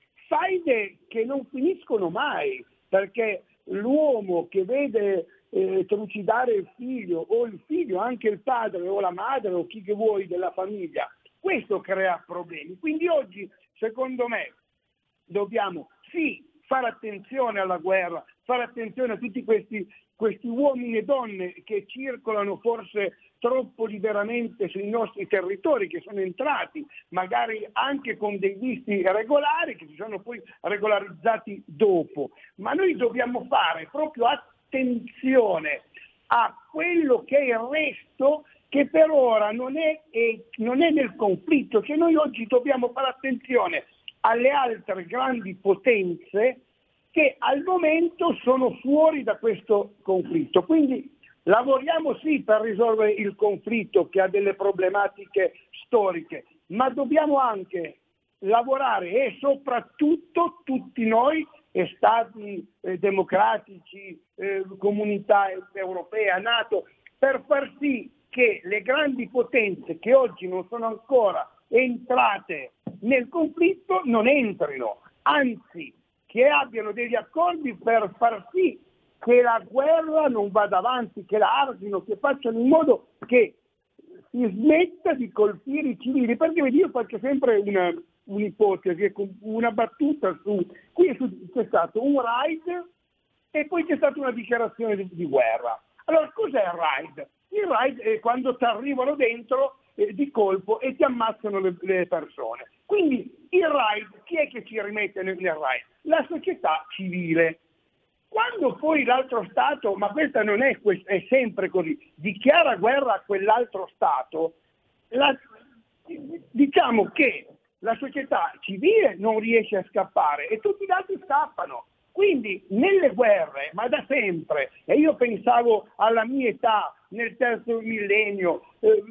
che non finiscono mai, perché l'uomo che vede trucidare il figlio, o il figlio, anche il padre o la madre o chi che vuoi della famiglia, questo crea problemi. Quindi oggi, secondo me, dobbiamo fare attenzione alla guerra, fare attenzione a tutti questi uomini e donne che circolano forse troppo liberamente sui nostri territori, che sono entrati magari anche con dei visti regolari, che si sono poi regolarizzati dopo. Ma noi dobbiamo fare proprio attenzione a quello che è il resto, che per ora non è nel conflitto. Cioè noi oggi dobbiamo fare attenzione alle altre grandi potenze che al momento sono fuori da questo conflitto. Quindi lavoriamo per risolvere il conflitto, che ha delle problematiche storiche, ma dobbiamo anche lavorare, e soprattutto tutti noi, stati democratici, comunità europea, NATO, per far sì che le grandi potenze che oggi non sono ancora entrate nel conflitto non entrino, anzi che abbiano degli accordi per far sì che la guerra non vada avanti, che la argino, che facciano in modo che si smetta di colpire i civili. Perché io faccio sempre un'ipotesi, una battuta c'è stato un raid e poi c'è stata una dichiarazione di guerra. Allora, cos'è il raid? Il raid è quando ti arrivano dentro di colpo e ti ammazzano le persone. Quindi il raid, chi è che ci rimette nel raid? La società civile. Quando poi l'altro Stato, ma questa non è sempre così, dichiara guerra a quell'altro Stato, diciamo che la società civile non riesce a scappare e tutti gli altri scappano. Quindi nelle guerre, ma da sempre, e io pensavo alla mia età, nel terzo millennio,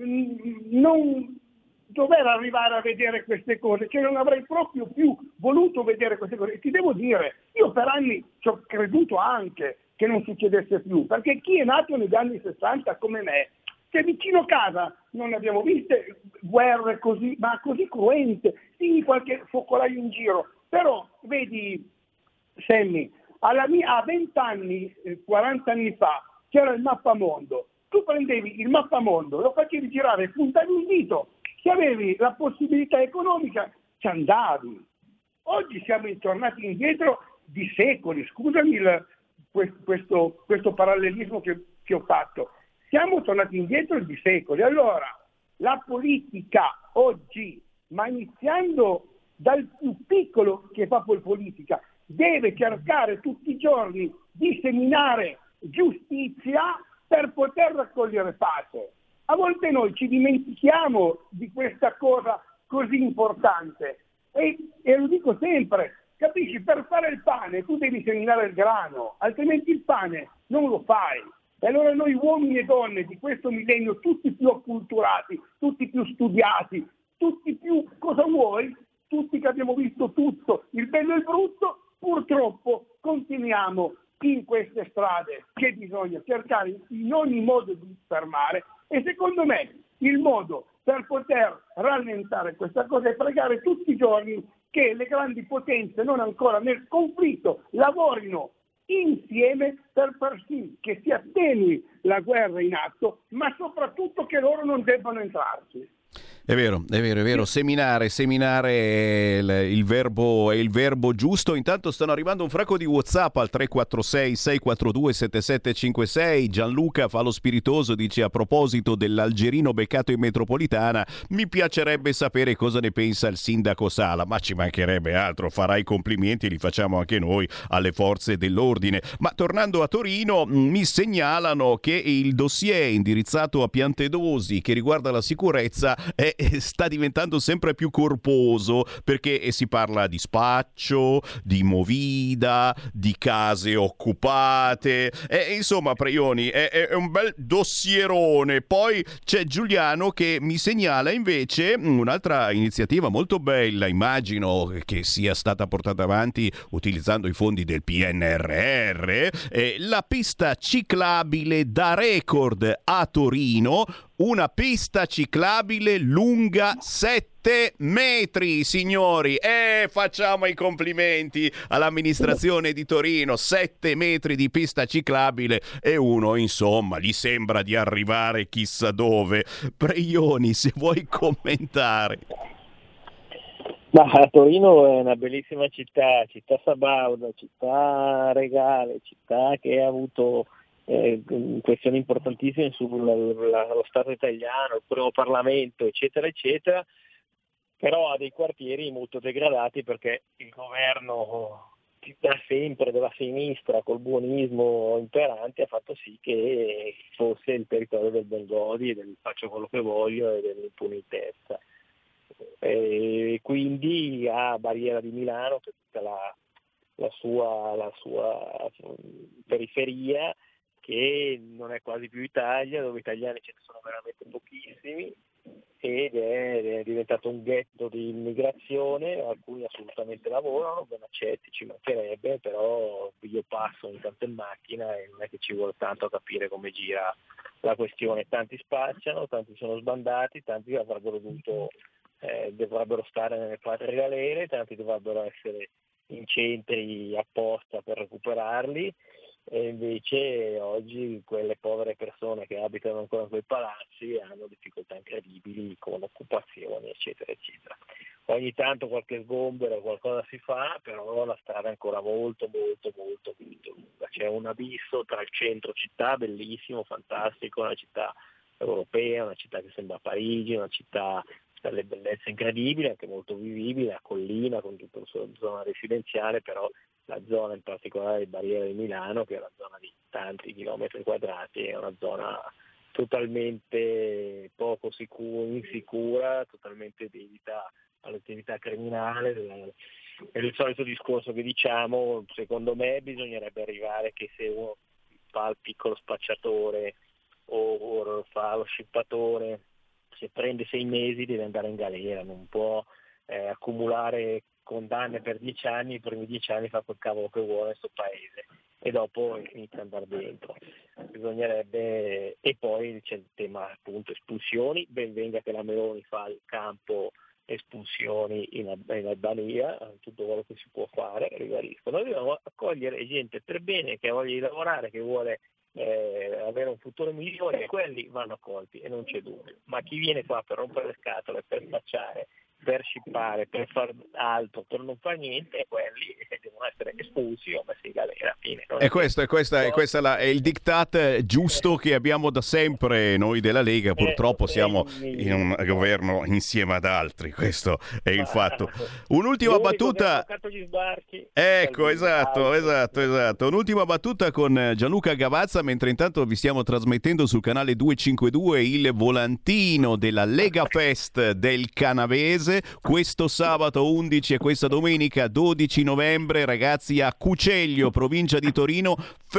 non dover arrivare a vedere queste cose, cioè non avrei proprio più voluto vedere queste cose. E ti devo dire, io per anni ci ho creduto anche che non succedesse più, perché chi è nato negli anni 60 come me, che vicino casa non abbiamo viste guerre così, ma così cruente, sì, qualche focolaio in giro, però vedi Sammy, a 20 anni, 40 anni fa, c'era il mappamondo, tu prendevi il mappamondo, lo facevi girare, puntavi un dito, se avevi la possibilità economica ci andavi. Oggi siamo tornati indietro di secoli, scusami questo parallelismo che ho fatto, siamo tornati indietro di secoli. Allora, la politica oggi, ma iniziando dal più piccolo che fa poi politica, deve cercare tutti i giorni di seminare giustizia per poter raccogliere pace. A volte noi ci dimentichiamo di questa cosa così importante e lo dico sempre, capisci, per fare il pane tu devi seminare il grano, altrimenti il pane non lo fai. E allora noi uomini e donne di questo millennio, tutti più acculturati, tutti più studiati, tutti più, cosa vuoi? Tutti che abbiamo visto tutto, il bello e il brutto, purtroppo continuiamo in queste strade che bisogna cercare in ogni modo di fermare e secondo me il modo per poter rallentare questa cosa è pregare tutti i giorni che le grandi potenze non ancora nel conflitto lavorino insieme per far sì che si attenui la guerra in atto, ma soprattutto che loro non debbano entrarci. È vero, seminare è il verbo giusto. Intanto stanno arrivando un fracco di WhatsApp al 346 642 7756. Gianluca fa lo spiritoso, dice: a proposito dell'algerino beccato in metropolitana, mi piacerebbe sapere cosa ne pensa il sindaco Sala. Ma ci mancherebbe altro, farà i complimenti e li facciamo anche noi alle forze dell'ordine. Ma tornando a Torino, mi segnalano che il dossier indirizzato a Piantedosi che riguarda la sicurezza sta diventando sempre più corposo, perché si parla di spaccio, di movida, di case occupate, insomma Preioni è un bel dossierone. Poi c'è Giuliano che mi segnala invece un'altra iniziativa molto bella, immagino che sia stata portata avanti utilizzando i fondi del PNRR, la pista ciclabile da record a Torino. Una pista ciclabile lunga 7 metri, signori. Facciamo i complimenti all'amministrazione di Torino. 7 metri di pista ciclabile e uno, insomma, gli sembra di arrivare chissà dove. Preioni, se vuoi commentare. Ma Torino è una bellissima città sabauda, città regale, città che ha avuto questioni importantissime sullo Stato italiano, il primo Parlamento, eccetera, eccetera, però ha dei quartieri molto degradati perché il governo da sempre della sinistra col buonismo imperante ha fatto sì che fosse il territorio del Bengodi, del faccio quello che voglio e dell'impunitezza. E quindi a barriera di Milano, per tutta la sua periferia, che non è quasi più Italia, dove italiani ce ne sono veramente pochissimi, ed è diventato un ghetto di immigrazione. Alcuni assolutamente lavorano, ben accetti, ci mancherebbe, però io passo ogni tanto in macchina e non è che ci vuole tanto a capire come gira la questione. Tanti spacciano, tanti sono sbandati, tanti dovrebbero stare nelle patrie galere, tanti dovrebbero essere in centri apposta per recuperarli, e invece oggi quelle povere persone che abitano ancora in quei palazzi hanno difficoltà incredibili con occupazioni, eccetera, eccetera. ogni tanto qualche sgombero, qualcosa si fa, però la strada è ancora molto lunga. C'è un abisso tra il centro città, bellissimo, fantastico, una città europea, una città che sembra Parigi, una città dalle bellezze incredibili, anche molto vivibile, a collina con tutta la sua zona residenziale, però la zona in particolare di Barriera di Milano, che è una zona di tanti chilometri quadrati, è una zona totalmente poco insicura, totalmente dedita all'attività criminale. È il solito discorso che diciamo, secondo me bisognerebbe arrivare che se uno fa il piccolo spacciatore o fa lo scippatore, se prende 6 mesi deve andare in galera, non può accumulare condanne per 10 anni, i primi 10 anni fa quel cavolo che vuole in questo paese e dopo inizia ad andare dentro. Bisognerebbe, e poi c'è il tema appunto espulsioni, ben venga che la Meloni fa il campo espulsioni in Albania, tutto quello che si può fare, ribadisco. Noi dobbiamo accogliere gente per bene, che ha voglia di lavorare, che vuole avere un futuro migliore, e quelli vanno accolti e non c'è dubbio. Ma chi viene qua per rompere le scatole, per spacciare, per scippare, per far altro, per non fare niente, quelli devono essere espulsi o messi in galera. Fine. Questo è il diktat giusto che abbiamo da sempre noi della Lega. Purtroppo siamo in un governo insieme ad altri, questo è il fatto. Un'ultima battuta. Ecco, esatto. Un'ultima battuta con Gianluca Gavazza, mentre intanto vi stiamo trasmettendo sul canale 252 il volantino della Lega Fest del Canavese. Questo sabato 11 e questa domenica 12 novembre, ragazzi, a Cuceglio, provincia di Torino,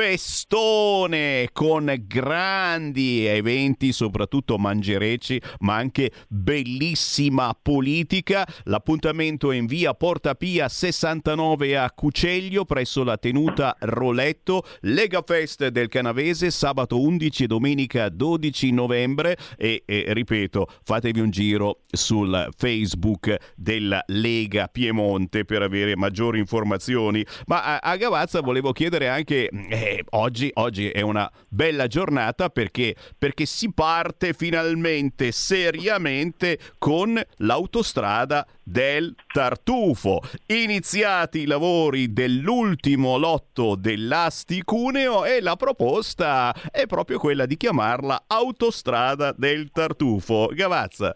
festone con grandi eventi, soprattutto mangerecci, ma anche bellissima politica. L'appuntamento è in via Porta Pia 69 a Cuceglio, presso la tenuta Roletto. Lega Fest del Canavese, sabato 11 e domenica 12 novembre. E ripeto, fatevi un giro sul Facebook della Lega Piemonte per avere maggiori informazioni. Ma a Gavazza volevo chiedere anche, oggi è una bella giornata perché si parte finalmente seriamente con l'autostrada del Tartufo. Iniziati i lavori dell'ultimo lotto dell'Asti-Cuneo e la proposta è proprio quella di chiamarla autostrada del Tartufo. Gavazza.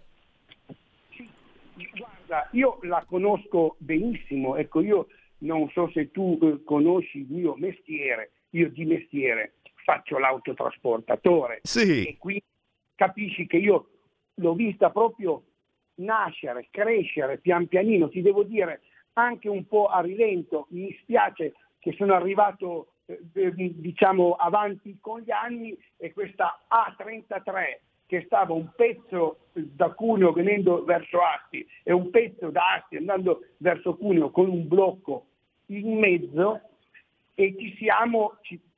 Guarda, io la conosco benissimo, ecco, io non so se tu conosci il mio mestiere, io di mestiere faccio l'autotrasportatore, sì. E qui capisci che io l'ho vista proprio nascere, crescere pian pianino, ti devo dire anche un po' a rilento. Mi spiace che sono arrivato diciamo avanti con gli anni, e questa A33 che stava un pezzo da Cuneo venendo verso Asti e un pezzo da Asti andando verso Cuneo con un blocco in mezzo, e ci siamo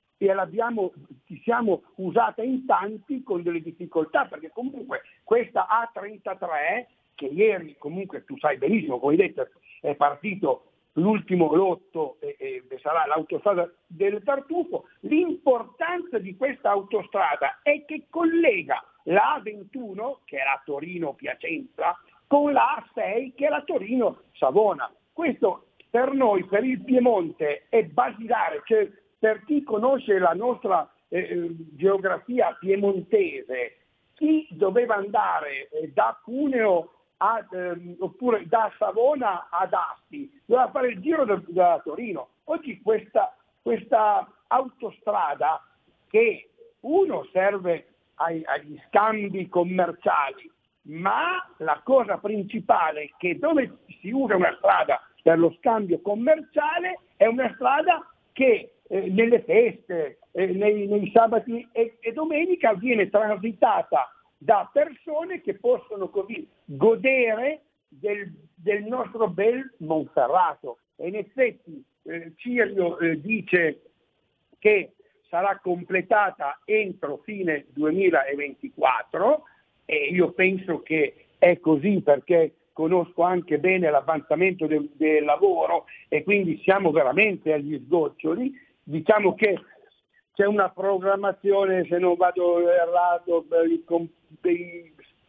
usata in tanti con delle difficoltà, perché comunque questa A33, che ieri comunque tu sai benissimo, come hai detto, è partito l'ultimo lotto e sarà l'autostrada del Tartufo. L'importanza di questa autostrada è che collega la A21, che è la Torino-Piacenza, con la A6, che è la Torino-Savona. Questo per noi, per il Piemonte, è basilare, cioè per chi conosce la nostra geografia piemontese, chi doveva andare da Cuneo oppure da Savona ad Asti doveva fare il giro da Torino. Oggi questa autostrada, che uno serve agli scambi commerciali, ma la cosa principale è che dove si usa una strada per lo scambio commerciale è una strada che nelle feste, nei sabati e domenica viene transitata da persone che possono così godere del nostro bel Monferrato. E in effetti Cirio dice che sarà completata entro fine 2024, e io penso che è così, perché conosco anche bene l'avanzamento del lavoro e quindi siamo veramente agli sgoccioli. Diciamo che c'è una programmazione, se non vado errato, per i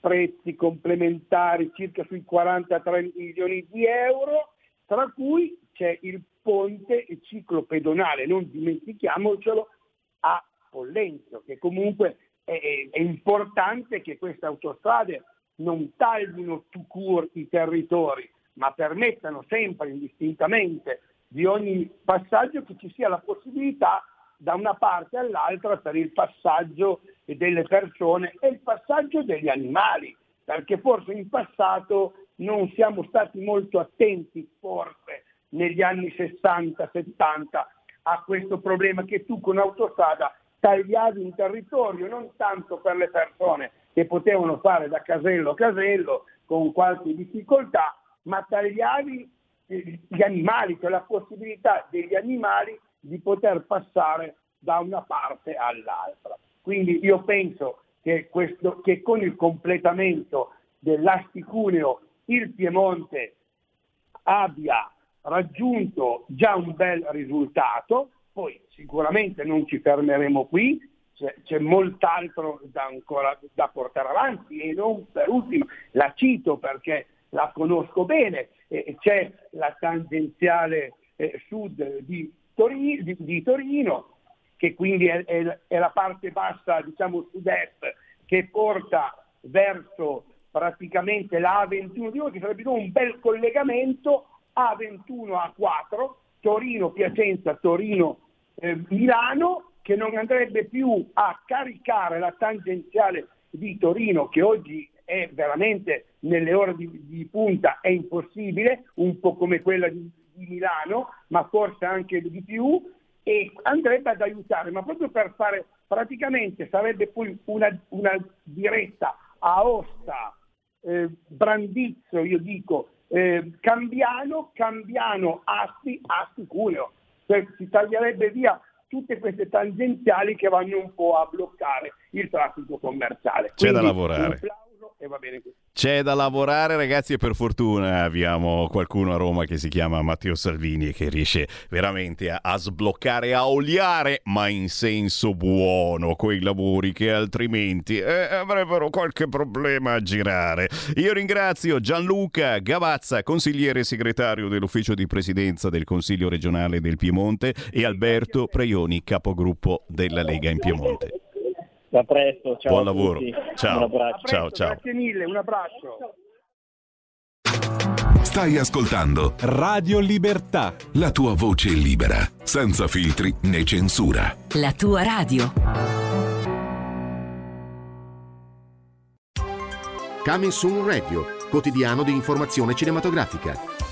prezzi complementari circa sui 43 milioni di euro, tra cui c'è il ponte ciclopedonale, non dimentichiamocelo, a Pollenzio, che comunque è importante che queste autostrade non taglino tout court i territori, ma permettano sempre indistintamente di ogni passaggio che ci sia la possibilità da una parte all'altra per il passaggio delle persone e il passaggio degli animali, perché forse in passato non siamo stati molto attenti, forse negli anni 60-70, a questo problema che tu con autostrada tagliavi un territorio non tanto per le persone che potevano fare da casello a casello con qualche difficoltà, ma tagliavi gli animali, cioè la possibilità degli animali di poter passare da una parte all'altra. Quindi io penso che con il completamento dell'Asti-Cuneo il Piemonte abbia raggiunto già un bel risultato, poi sicuramente non ci fermeremo qui, c'è molt'altro ancora da portare avanti, e non per ultimo la cito perché la conosco bene, c'è la tangenziale sud di Torino, che quindi è la parte bassa, diciamo sud-est, che porta verso praticamente la A21, che sarebbe un bel collegamento A21 A4, Torino-Piacenza, Torino-Milano, che non andrebbe più a caricare la tangenziale di Torino, che oggi è veramente nelle ore di punta è impossibile, un po' come quella di Milano, ma forse anche di più, e andrebbe ad aiutare, ma proprio per fare, praticamente sarebbe poi una diretta Aosta, Brandizzo, io dico, Cambiano, Asti, Cuneo, cioè si taglierebbe via tutte queste tangenziali che vanno un po' a bloccare il traffico commerciale. C'è da Quindi, lavorare. un applauso e va bene così. C'è da lavorare, ragazzi, e per fortuna abbiamo qualcuno a Roma che si chiama Matteo Salvini e che riesce veramente a sbloccare, a oliare, ma in senso buono, quei lavori che altrimenti avrebbero qualche problema a girare. Io ringrazio Gianluca Gavazza, consigliere segretario dell'ufficio di presidenza del Consiglio regionale del Piemonte, e Alberto Preioni, capogruppo della Lega in Piemonte. A presto, ciao. Buon a lavoro. tutti. Ciao. Un abbraccio. Ciao. Grazie mille, un abbraccio. Stai ascoltando Radio Libertà. la tua voce libera, senza filtri né censura. La tua radio. Coming Soon Radio, quotidiano di informazione cinematografica.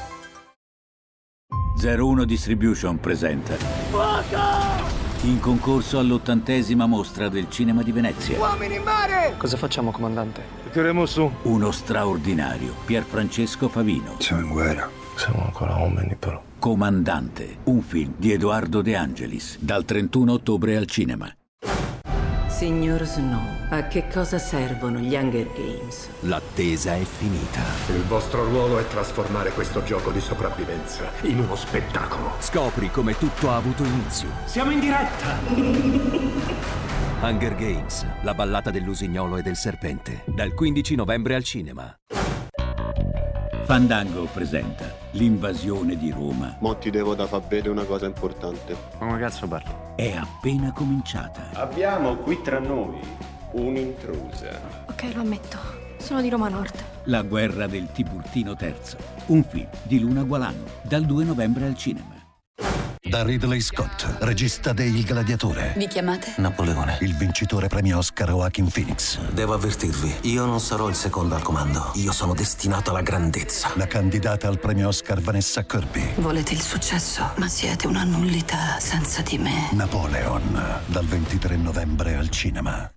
01 Distribution presenta in concorso all'80ª mostra del cinema di Venezia. Uomini in mare! Cosa facciamo, comandante? Tireremo su. Uno straordinario Pierfrancesco Favino. Siamo in guerra. Siamo ancora uomini, però. Comandante, un film di Edoardo De Angelis, dal 31 ottobre al cinema. Signor Snow, a che cosa servono gli Hunger Games? L'attesa è finita. Il vostro ruolo è trasformare questo gioco di sopravvivenza in uno spettacolo. Scopri come tutto ha avuto inizio. Siamo in diretta! Hunger Games, la ballata dell'usignolo e del serpente. Dal 15 novembre al cinema. Fandango presenta l'invasione di Roma. Mo' ti devo da far vedere una cosa importante. Come cazzo parli? È appena cominciata. Abbiamo qui tra noi un'intrusa. Ok, lo ammetto. Sono di Roma Nord. La guerra del Tiburtino III. Un film di Luna Gualano, dal 2 novembre al cinema. Da Ridley Scott, regista de Il Gladiatore. Vi chiamate? Napoleone. Il vincitore premio Oscar Joaquin Phoenix. Devo avvertirvi, io non sarò il secondo al comando. Io sono destinato alla grandezza. La candidata al premio Oscar Vanessa Kirby. Volete il successo, ma siete una nullità senza di me. Napoleon, dal 23 novembre al cinema.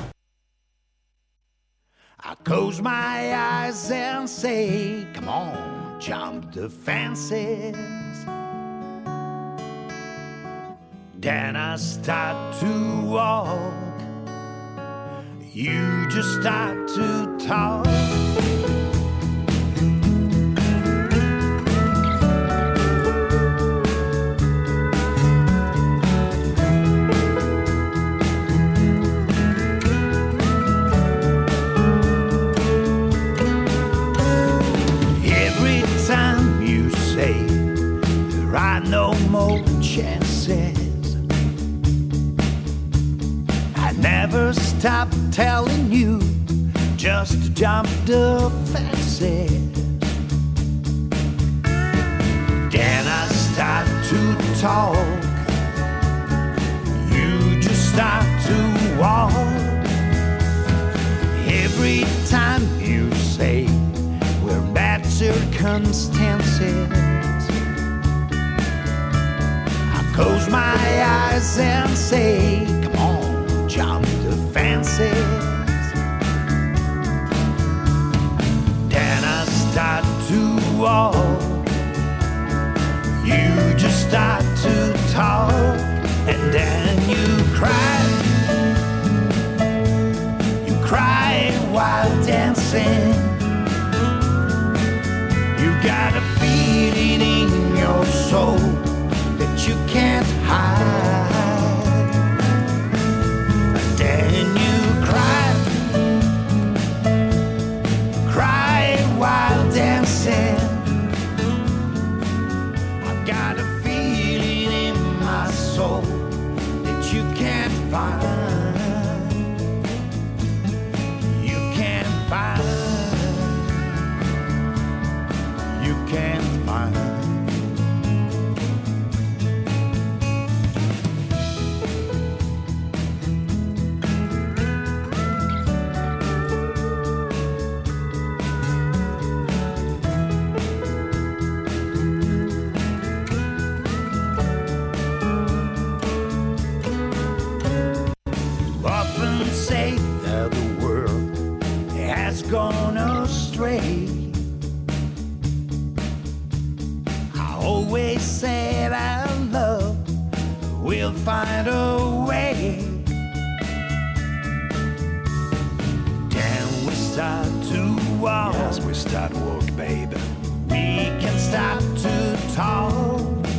I close my eyes and say, come on, jump the fences. Then I start to walk. You just start to talk. Never stop telling you just to jump the fences. Then I start to talk, you just start to walk. Every time you say we're in bad circumstances, I close my eyes and say, come on, jump the fences. Then I start to walk, you just start to talk, and then you cry while dancing. You got a feeling in your soul that you can't hide. And then you cry while dancing. I've got a feeling in my soul that you can't find. You can't find. Often say that the world has gone astray. I always say that love will find a way. Then we start to walk. Yes, we start to walk, baby. We can start to talk.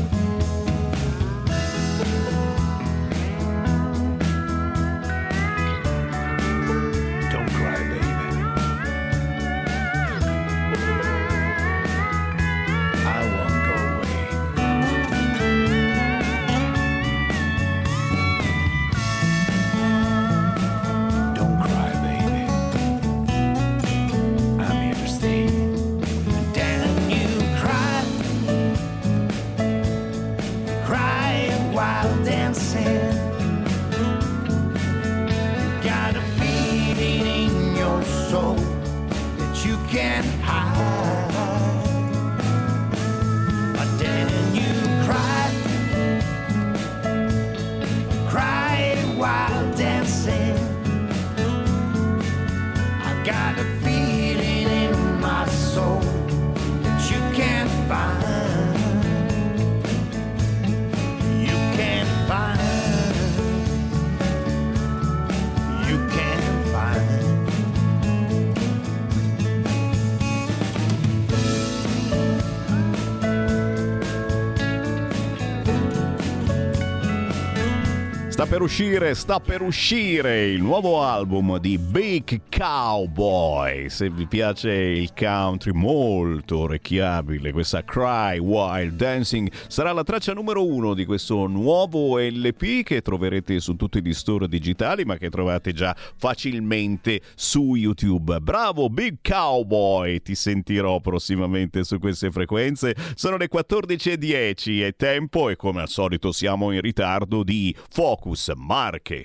Sta per uscire il nuovo album di Big Cowboy. Se vi piace il country molto orecchiabile, questa Cry While Dancing sarà la traccia numero 1 di questo nuovo LP che troverete su tutti gli store digitali, ma che trovate già facilmente su YouTube. Bravo Big Cowboy, ti sentirò prossimamente su queste frequenze. Sono le 14:10 e tempo, e come al solito siamo in ritardo, di Focus Marche.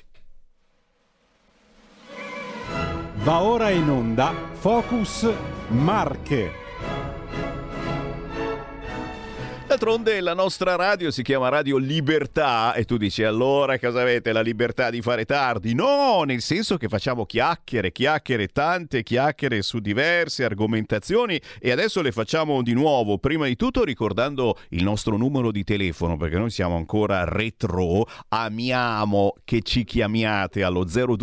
Va ora in onda Focus Marche. D'altronde la nostra radio si chiama Radio Libertà e tu dici allora cosa avete, la libertà di fare tardi? No, nel senso che facciamo chiacchiere, tante chiacchiere su diverse argomentazioni, e adesso le facciamo di nuovo, prima di tutto ricordando il nostro numero di telefono, perché noi siamo ancora retro, amiamo che ci chiamiate allo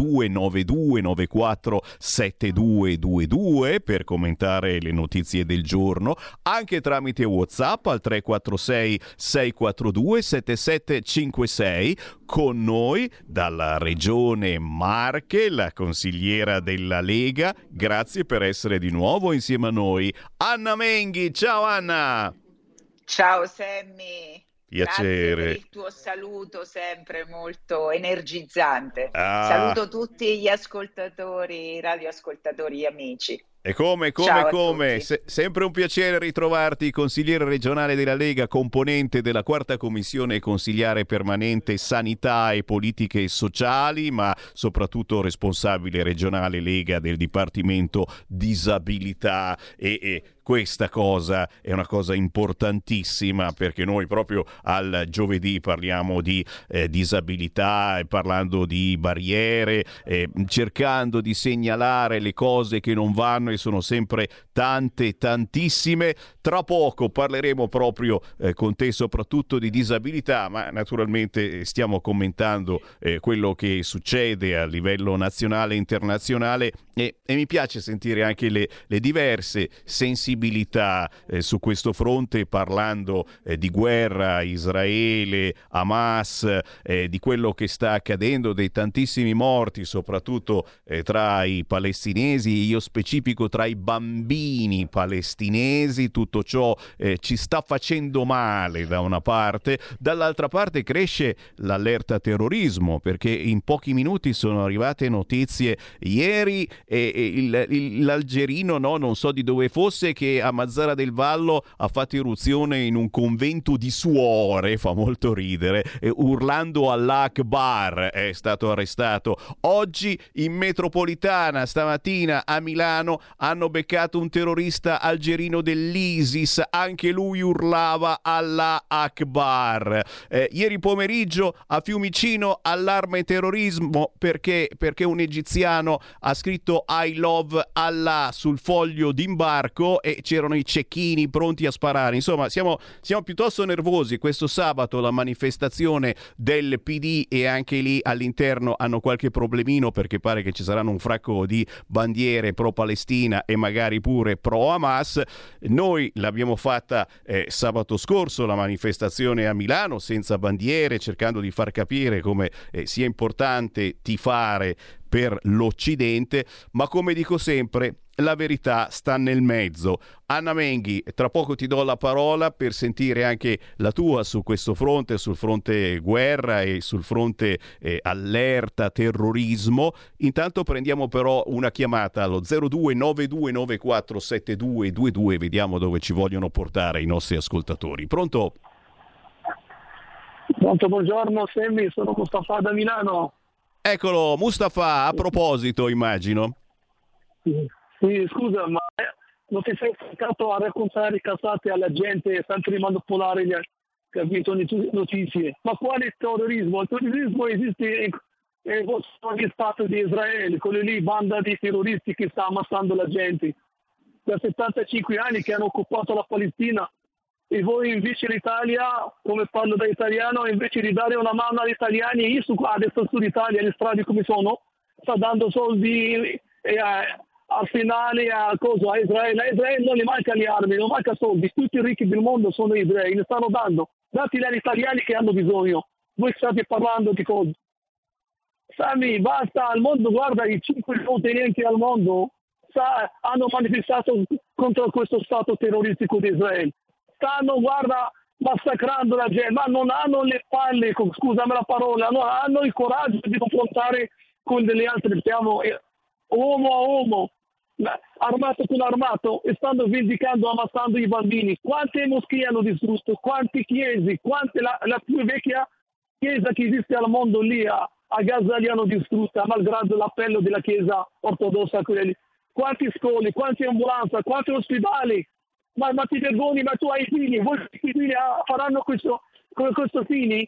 0292947222 per commentare le notizie del giorno, anche tramite WhatsApp al 346 642 7756. Con noi dalla regione Marche la consigliera della Lega, grazie per essere di nuovo insieme a noi, Anna Menghi. Ciao Anna. Ciao Sammy. Piacere. Grazie per il tuo saluto sempre molto energizzante. Ah. Saluto tutti gli ascoltatori, radioascoltatori amici. E come, sempre un piacere ritrovarti, consigliere regionale della Lega, componente della 4ª commissione consigliare permanente sanità e politiche sociali, ma soprattutto responsabile regionale Lega del Dipartimento Disabilità e questa cosa è una cosa importantissima, perché noi proprio al giovedì parliamo di disabilità, parlando di barriere, cercando di segnalare le cose che non vanno, e sono sempre tantissime. Tra poco parleremo proprio con te soprattutto di disabilità, ma naturalmente stiamo commentando quello che succede a livello nazionale e internazionale, e mi piace sentire anche le diverse sensibilità su questo fronte, parlando di guerra, Israele, Hamas, di quello che sta accadendo, dei tantissimi morti, soprattutto tra i palestinesi, io specifico tra i bambini palestinesi. Tutto ciò ci sta facendo male da una parte, dall'altra parte cresce l'allerta terrorismo, perché in pochi minuti sono arrivate notizie ieri, l'algerino, non so di dove fosse, che a Mazara del Vallo ha fatto irruzione in un convento di suore, fa molto ridere, urlando all'Akbar, è stato arrestato. Oggi in metropolitana, stamattina a Milano, hanno beccato un terrorista algerino dell'ISIS, anche lui urlava Allah Akbar. Ieri pomeriggio a Fiumicino allarme terrorismo perché un egiziano ha scritto I love Allah sul foglio d'imbarco e c'erano i cecchini pronti a sparare. Insomma, siamo piuttosto nervosi. Questo sabato la manifestazione del PD, e anche lì all'interno hanno qualche problemino, perché pare che ci saranno un fracco di bandiere pro-Palestina e magari pure pro-Hamas. Noi l'abbiamo fatta sabato scorso, la manifestazione a Milano, senza bandiere, cercando di far capire come sia importante tifare per l'Occidente, ma come dico sempre, la verità sta nel mezzo. Anna Menghi, tra poco ti do la parola per sentire anche la tua su questo fronte, sul fronte guerra e sul fronte allerta terrorismo. Intanto prendiamo però una chiamata allo 0292947222, vediamo dove ci vogliono portare i nostri ascoltatori. Pronto? Pronto, buongiorno Semmi, sono Mustafa da Milano. Eccolo, Mustafa, a proposito, immagino. Sì, scusa, ma non ti sei stancato a raccontare cazzate alla gente, sempre manipolare le notizie? Ma quale terrorismo? Il terrorismo esiste negli stati di Israele, quelli lì, banda di terroristi che sta ammazzando la gente. Da 75 anni che hanno occupato la Palestina, e voi invece l'Italia, come parlo da italiano, invece di dare una mano agli italiani, io adesso sull'Italia, le strade come sono, sta dando soldi al finale a Israele. A Israele non gli manca le armi, non manca soldi, tutti i ricchi del mondo sono israeli, ne stanno dando. Dateli agli italiani che hanno bisogno. Voi state parlando di cose. Sami, basta, al mondo, guarda, i 5 continenti al mondo hanno manifestato contro questo stato terroristico di Israele. Stanno, guarda, massacrando la gente, ma non hanno le palle, scusami la parola, non hanno il coraggio di confrontare con delle altre, diciamo, uomo a uomo, armato con armato, e stanno vendicando, ammazzando i bambini. Quante moschee hanno distrutto, quante chiese, la più vecchia chiesa che esiste al mondo lì a Gaza li hanno distrutta, malgrado l'appello della chiesa ortodossa. Quante scuole, quante ambulanze, quanti ospedali. Ma ti vergogni, ma tu hai figli, voi figli faranno questo fini?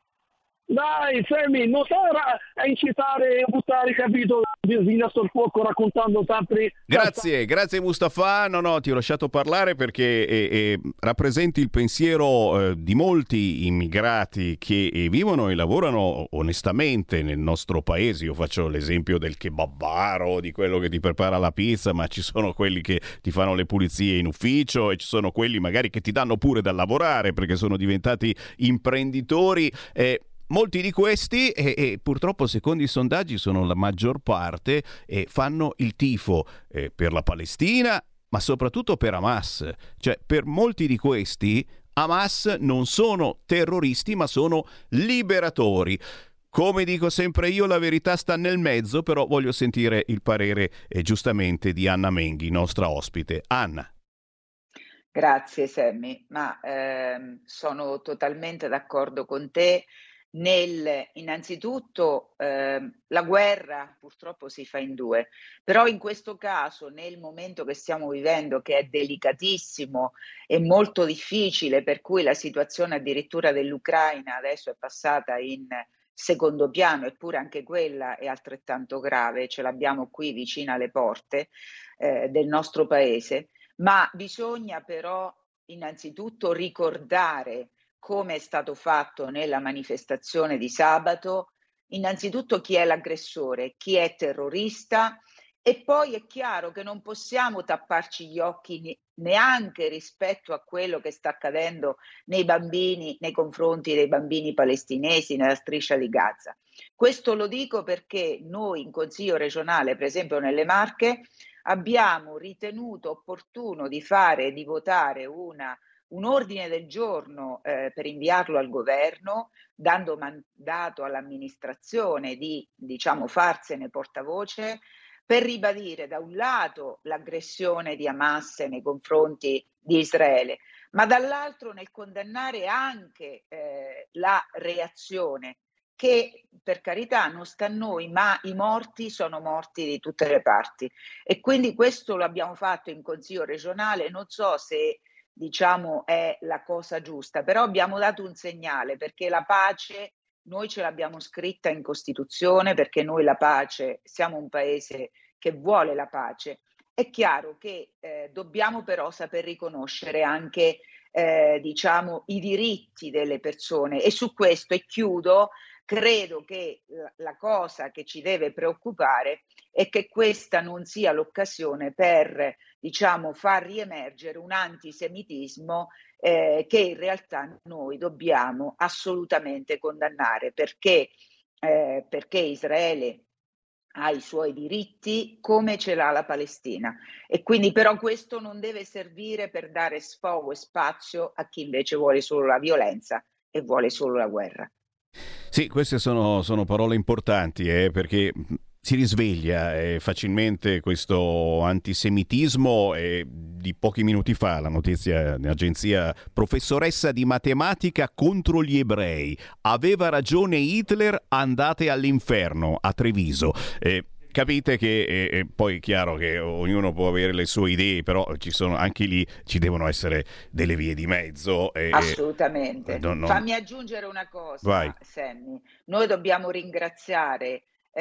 Dai, Sammy, non sta a incitare e buttare, capito, benzina sul fuoco raccontando sempre... Grazie Mustafa, no, ti ho lasciato parlare perché rappresenti il pensiero di molti immigrati che vivono e lavorano onestamente nel nostro paese. Io faccio l'esempio del kebabaro, di quello che ti prepara la pizza, ma ci sono quelli che ti fanno le pulizie in ufficio e ci sono quelli magari che ti danno pure da lavorare perché sono diventati imprenditori. Molti di questi, purtroppo secondo i sondaggi sono la maggior parte, fanno il tifo per la Palestina, ma soprattutto per Hamas. Cioè, per molti di questi Hamas non sono terroristi, ma sono liberatori. Come dico sempre io, la verità sta nel mezzo, però voglio sentire il parere giustamente di Anna Menghi, nostra ospite. Anna. Grazie Sammy, ma sono totalmente d'accordo con te innanzitutto la guerra purtroppo si fa in due, però in questo caso nel momento che stiamo vivendo, che è delicatissimo e molto difficile, per cui la situazione addirittura dell'Ucraina adesso è passata in secondo piano, eppure anche quella è altrettanto grave, ce l'abbiamo qui vicino alle porte del nostro paese, ma bisogna però innanzitutto ricordare, come è stato fatto nella manifestazione di sabato, innanzitutto chi è l'aggressore, chi è terrorista, e poi è chiaro che non possiamo tapparci gli occhi neanche rispetto a quello che sta accadendo nei confronti dei bambini palestinesi nella striscia di Gaza. Questo lo dico perché noi in Consiglio regionale, per esempio nelle Marche, abbiamo ritenuto opportuno di votare un ordine del giorno per inviarlo al governo, dando mandato all'amministrazione di farsene portavoce, per ribadire da un lato l'aggressione di Hamas nei confronti di Israele, ma dall'altro nel condannare anche la reazione, che per carità non sta a noi, ma i morti sono morti di tutte le parti, e quindi questo lo abbiamo fatto in Consiglio regionale. Non so se è la cosa giusta, però abbiamo dato un segnale, perché la pace noi ce l'abbiamo scritta in Costituzione, perché noi la pace, siamo un paese che vuole la pace. È chiaro che dobbiamo però saper riconoscere anche i diritti delle persone, e su questo, e chiudo, credo che la cosa che ci deve preoccupare è che questa non sia l'occasione per far riemergere un antisemitismo che in realtà noi dobbiamo assolutamente condannare, perché Israele ha i suoi diritti come ce l'ha la Palestina, e quindi però questo non deve servire per dare sfogo e spazio a chi invece vuole solo la violenza e vuole solo la guerra. Sì, queste sono parole importanti, perché si risveglia facilmente questo antisemitismo. Di pochi minuti fa la notizia dell'agenzia: professoressa di matematica contro gli ebrei, aveva ragione Hitler, andate all'inferno, a Treviso. Capite che poi è chiaro che ognuno può avere le sue idee, però anche lì ci devono essere delle vie di mezzo. Assolutamente. Fammi aggiungere una cosa, vai. Sammy. Noi dobbiamo ringraziare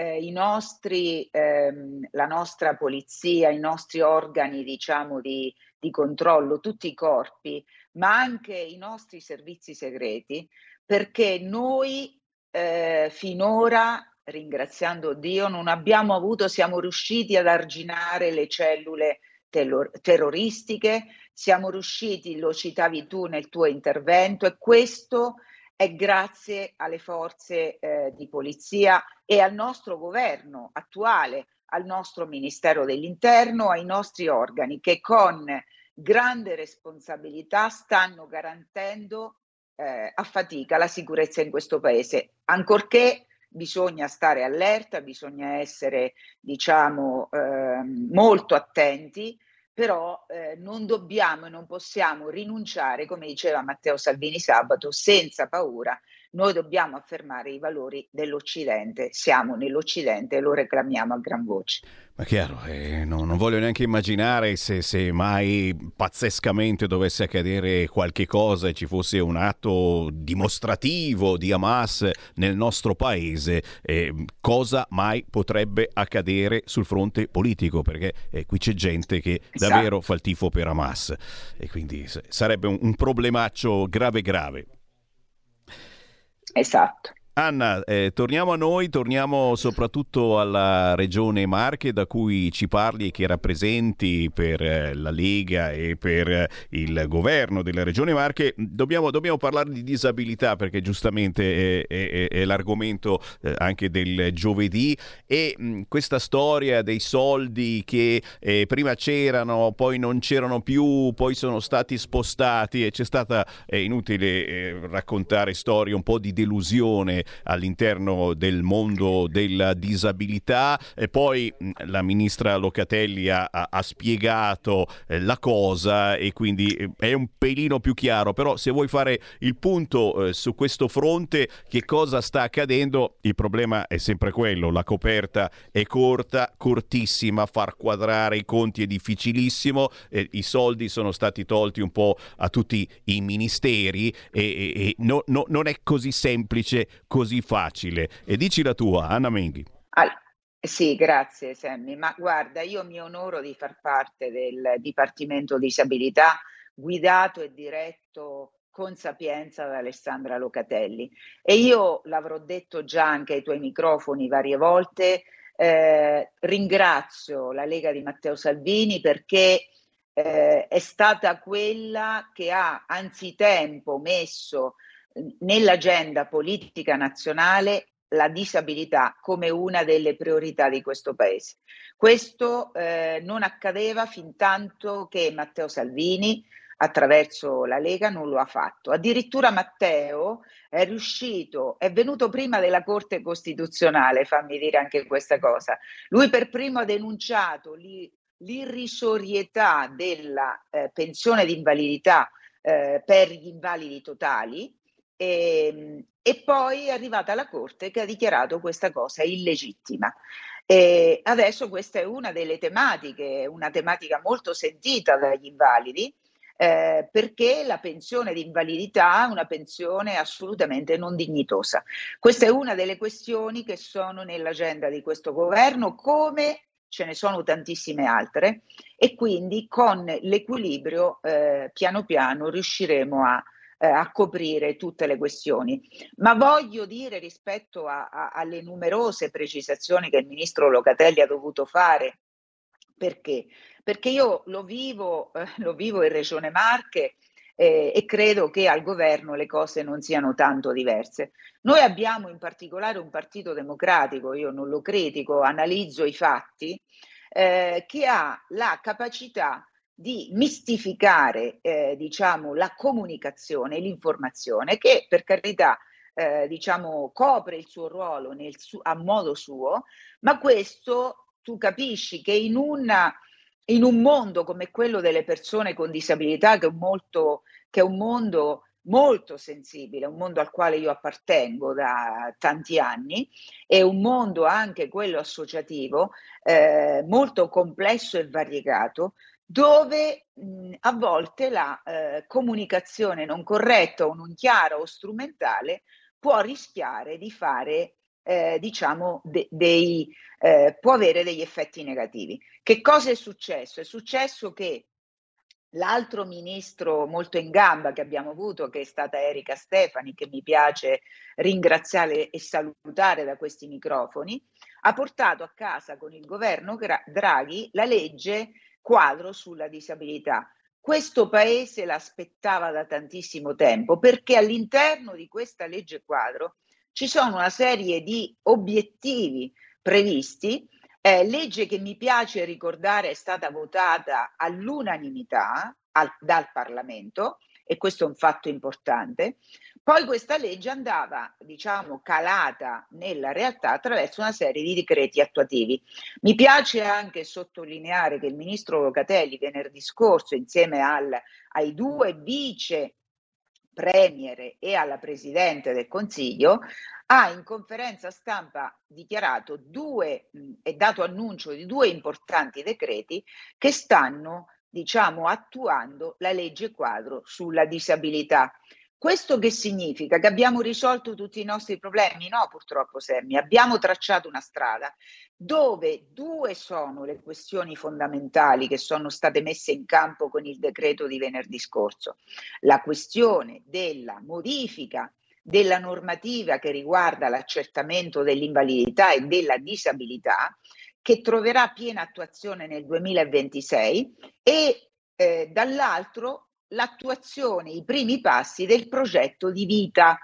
la nostra polizia, i nostri organi di controllo, tutti i corpi, ma anche i nostri servizi segreti, perché noi finora, ringraziando Dio, siamo riusciti ad arginare le cellule terroristiche, siamo riusciti, lo citavi tu nel tuo intervento, e questo è grazie alle forze di polizia e al nostro governo attuale, al nostro Ministero dell'Interno, ai nostri organi, che con grande responsabilità stanno garantendo a fatica la sicurezza in questo paese, ancorché bisogna stare allerta, bisogna essere molto attenti, però non dobbiamo e non possiamo rinunciare, come diceva Matteo Salvini sabato, senza paura. Noi dobbiamo affermare i valori dell'Occidente, siamo nell'Occidente e lo reclamiamo a gran voce. Ma chiaro, non voglio neanche immaginare se mai pazzescamente dovesse accadere qualche cosa e ci fosse un atto dimostrativo di Hamas nel nostro paese, cosa mai potrebbe accadere sul fronte politico, perché qui c'è gente che davvero fa il tifo per Hamas, e quindi sarebbe un problemaccio grave. Esatto. Anna, torniamo a noi, torniamo soprattutto alla Regione Marche, da cui ci parli e che rappresenti per la Lega e per il governo della Regione Marche. Dobbiamo parlare di disabilità, perché giustamente è l'argomento anche del giovedì, e questa storia dei soldi che prima c'erano, poi non c'erano più, poi sono stati spostati, e c'è stata, è inutile raccontare storie, un po' di delusione all'interno del mondo della disabilità, e poi la ministra Locatelli ha spiegato la cosa, e quindi è un pelino più chiaro. Però se vuoi fare il punto su questo fronte, che cosa sta accadendo? Il problema è sempre quello: la coperta è cortissima, far quadrare i conti è difficilissimo, i soldi sono stati tolti un po' a tutti i ministeri, e non è così semplice, così facile. E dici la tua, Anna Menghi. Sì, grazie Sammy, ma guarda, io mi onoro di far parte del Dipartimento Disabilità, guidato e diretto con sapienza da Alessandra Locatelli, e io l'avrò detto già anche ai tuoi microfoni varie volte, ringrazio la Lega di Matteo Salvini, perché è stata quella che ha anzitempo messo nell'agenda politica nazionale la disabilità come una delle priorità di questo Paese. Questo non accadeva fin tanto che Matteo Salvini, attraverso la Lega, non lo ha fatto. Addirittura Matteo è venuto prima della Corte Costituzionale, fammi dire anche questa cosa. Lui per primo ha denunciato l'irrisorietà della pensione di invalidità per gli invalidi totali, e poi è arrivata la Corte che ha dichiarato questa cosa illegittima. E adesso questa è una delle tematiche, una tematica molto sentita dagli invalidi, perché la pensione di invalidità è una pensione assolutamente non dignitosa. Questa è una delle questioni che sono nell'agenda di questo governo, come ce ne sono tantissime altre, e quindi con l'equilibrio piano piano riusciremo a coprire tutte le questioni. Ma voglio dire, rispetto alle numerose precisazioni che il ministro Locatelli ha dovuto fare, perché io lo vivo in Regione Marche, e credo che al governo le cose non siano tanto diverse. Noi abbiamo in particolare un partito democratico, io non lo critico, analizzo i fatti, che ha la capacità di mistificare la comunicazione, l'informazione, che per carità copre il suo ruolo a modo suo, ma questo tu capisci che in un mondo come quello delle persone con disabilità, che è un mondo molto sensibile, un mondo al quale io appartengo da tanti anni, è un mondo anche quello associativo, molto complesso e variegato, dove a volte la comunicazione non corretta o non chiara o strumentale può rischiare di fare può avere degli effetti negativi. Che cosa è successo? È successo che l'altro ministro molto in gamba che abbiamo avuto, che è stata Erika Stefani, che mi piace ringraziare e salutare da questi microfoni, ha portato a casa con il governo Draghi la legge quadro sulla disabilità. Questo Paese l'aspettava da tantissimo tempo, perché all'interno di questa legge quadro ci sono una serie di obiettivi previsti, legge che mi piace ricordare è stata votata all'unanimità dal Parlamento, e questo è un fatto importante. Poi questa legge andava, calata nella realtà attraverso una serie di decreti attuativi. Mi piace anche sottolineare che il ministro Locatelli venerdì scorso, insieme ai due vice premier e alla Presidente del Consiglio, ha in conferenza stampa dichiarato e dato annuncio di due importanti decreti che stanno, attuando la legge quadro sulla disabilità. Questo che significa? Che abbiamo risolto tutti i nostri problemi? No, purtroppo, Sammy. Abbiamo tracciato una strada dove due sono le questioni fondamentali che sono state messe in campo con il decreto di venerdì scorso. La questione della modifica della normativa che riguarda l'accertamento dell'invalidità e della disabilità, che troverà piena attuazione nel 2026, e dall'altro l'attuazione, i primi passi del progetto di vita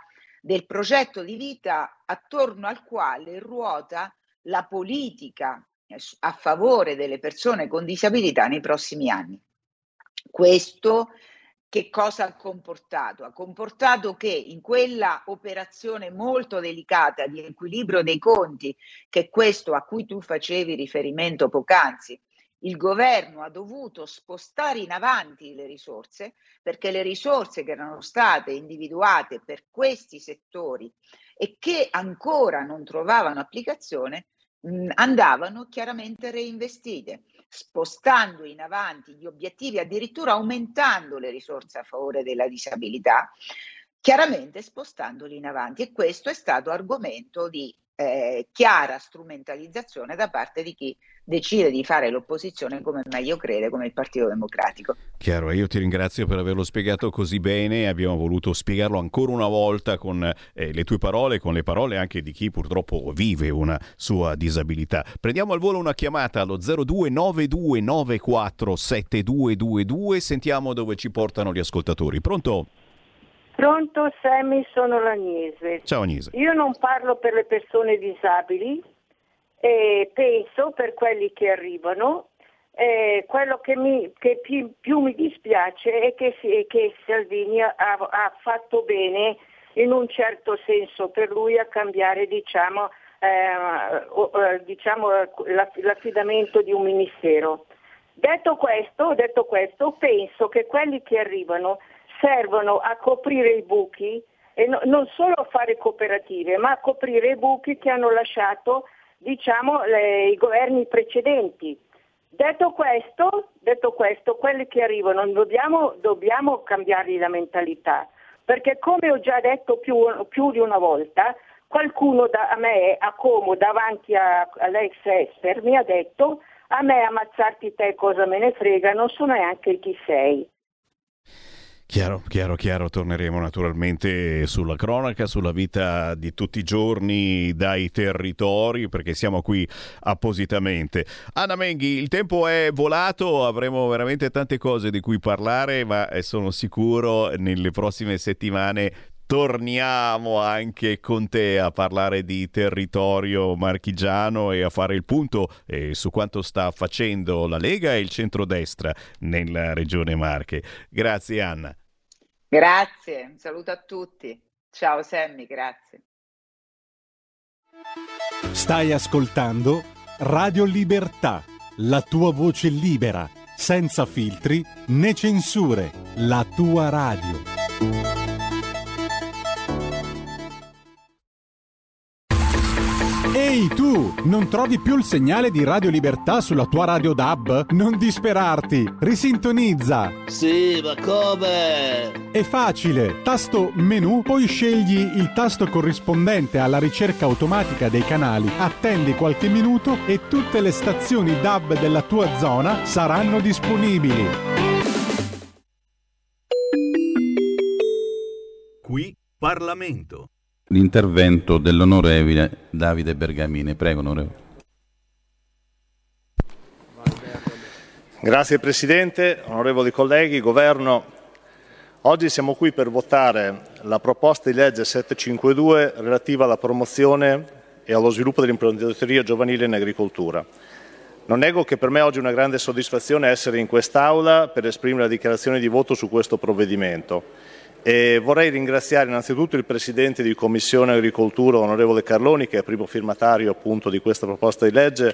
attorno al quale ruota la politica a favore delle persone con disabilità nei prossimi anni. Questo che cosa ha comportato? Ha comportato che in quella operazione molto delicata di equilibrio dei conti, che è questo a cui tu facevi riferimento poc'anzi, il governo ha dovuto spostare in avanti le risorse, perché le risorse che erano state individuate per questi settori e che ancora non trovavano applicazione andavano chiaramente reinvestite, spostando in avanti gli obiettivi, addirittura aumentando le risorse a favore della disabilità, chiaramente spostandoli in avanti, e questo è stato argomento di chiara strumentalizzazione da parte di chi decide di fare l'opposizione come meglio crede, come il Partito Democratico. Chiaro, io ti ringrazio per averlo spiegato così bene, abbiamo voluto spiegarlo ancora una volta con le tue parole, con le parole anche di chi purtroppo vive una sua disabilità. Prendiamo al volo una chiamata allo 0292947222, sentiamo dove ci portano gli ascoltatori. Pronto? Pronto, Sammy, sono l'Agnese. Ciao Agnese. Io non parlo per le persone disabili, penso per quelli che arrivano. Quello che più mi dispiace è che Salvini ha fatto bene in un certo senso per lui a cambiare l'affidamento di un ministero. Detto questo, penso che quelli che arrivano servono a coprire i buchi e non solo a fare cooperative, ma a coprire i buchi che hanno lasciato, i governi precedenti. Detto questo, quelli che arrivano dobbiamo cambiargli la mentalità, perché come ho già detto più di una volta, qualcuno a me a Como davanti all'ex Esper mi ha detto: a me ammazzarti te cosa me ne frega, non so neanche chi sei. Chiaro, torneremo naturalmente sulla cronaca, sulla vita di tutti i giorni dai territori, perché siamo qui appositamente. Anna Menghi, il tempo è volato, avremo veramente tante cose di cui parlare, ma sono sicuro nelle prossime settimane torniamo anche con te a parlare di territorio marchigiano e a fare il punto su quanto sta facendo la Lega e il centrodestra nella regione Marche. Grazie Anna. Grazie, un saluto a tutti. Ciao Sammy, grazie. Stai ascoltando Radio Libertà, la tua voce libera, senza filtri né censure, la tua radio. Ehi tu, non trovi più il segnale di Radio Libertà sulla tua radio DAB? Non disperarti, risintonizza! Sì, ma come? È facile, tasto menu, poi scegli il tasto corrispondente alla ricerca automatica dei canali, attendi qualche minuto e tutte le stazioni DAB della tua zona saranno disponibili. Qui Parlamento. L'intervento dell'onorevole Davide Bergamini. Prego, onorevole. Grazie Presidente, onorevoli colleghi, Governo. Oggi siamo qui per votare la proposta di legge 752 relativa alla promozione e allo sviluppo dell'imprenditoria giovanile in agricoltura. Non nego che per me oggi è una grande soddisfazione essere in quest'Aula per esprimere la dichiarazione di voto su questo provvedimento. E vorrei ringraziare innanzitutto il Presidente di Commissione Agricoltura, onorevole Carloni, che è primo firmatario appunto di questa proposta di legge,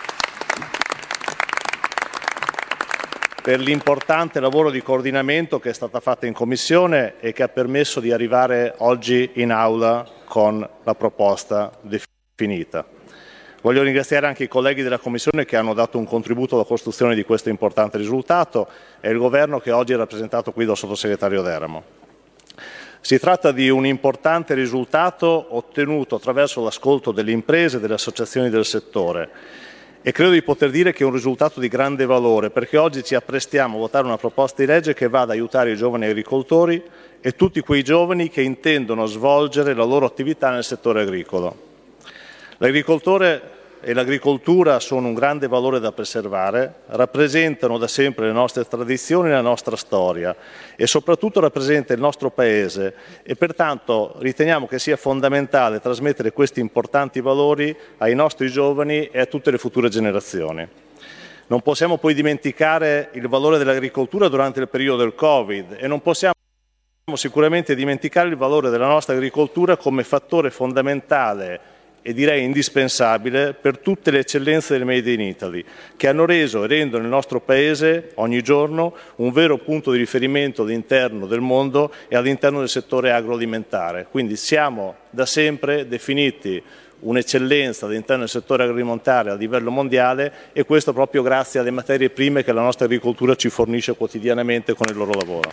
per l'importante lavoro di coordinamento che è stata fatta in Commissione e che ha permesso di arrivare oggi in Aula con la proposta definita. Voglio ringraziare anche i colleghi della Commissione che hanno dato un contributo alla costruzione di questo importante risultato e il Governo che oggi è rappresentato qui dal Sottosegretario D'Eramo. Si tratta di un importante risultato ottenuto attraverso l'ascolto delle imprese e delle associazioni del settore E credo di poter dire che è un risultato di grande valore, perché oggi ci apprestiamo a votare una proposta di legge che va ad aiutare i giovani agricoltori e tutti quei giovani che intendono svolgere la loro attività nel settore agricolo. L'agricoltore e l'agricoltura sono un grande valore da preservare, rappresentano da sempre le nostre tradizioni e la nostra storia e soprattutto rappresenta il nostro Paese e pertanto riteniamo che sia fondamentale trasmettere questi importanti valori ai nostri giovani e a tutte le future generazioni. Non possiamo poi dimenticare il valore dell'agricoltura durante il periodo del Covid e non possiamo sicuramente dimenticare il valore della nostra agricoltura come fattore fondamentale e direi indispensabile per tutte le eccellenze del Made in Italy, che hanno reso e rendono il nostro Paese ogni giorno un vero punto di riferimento all'interno del mondo e all'interno del settore agroalimentare. Quindi siamo da sempre definiti un'eccellenza all'interno del settore agroalimentare a livello mondiale e questo proprio grazie alle materie prime che la nostra agricoltura ci fornisce quotidianamente con il loro lavoro.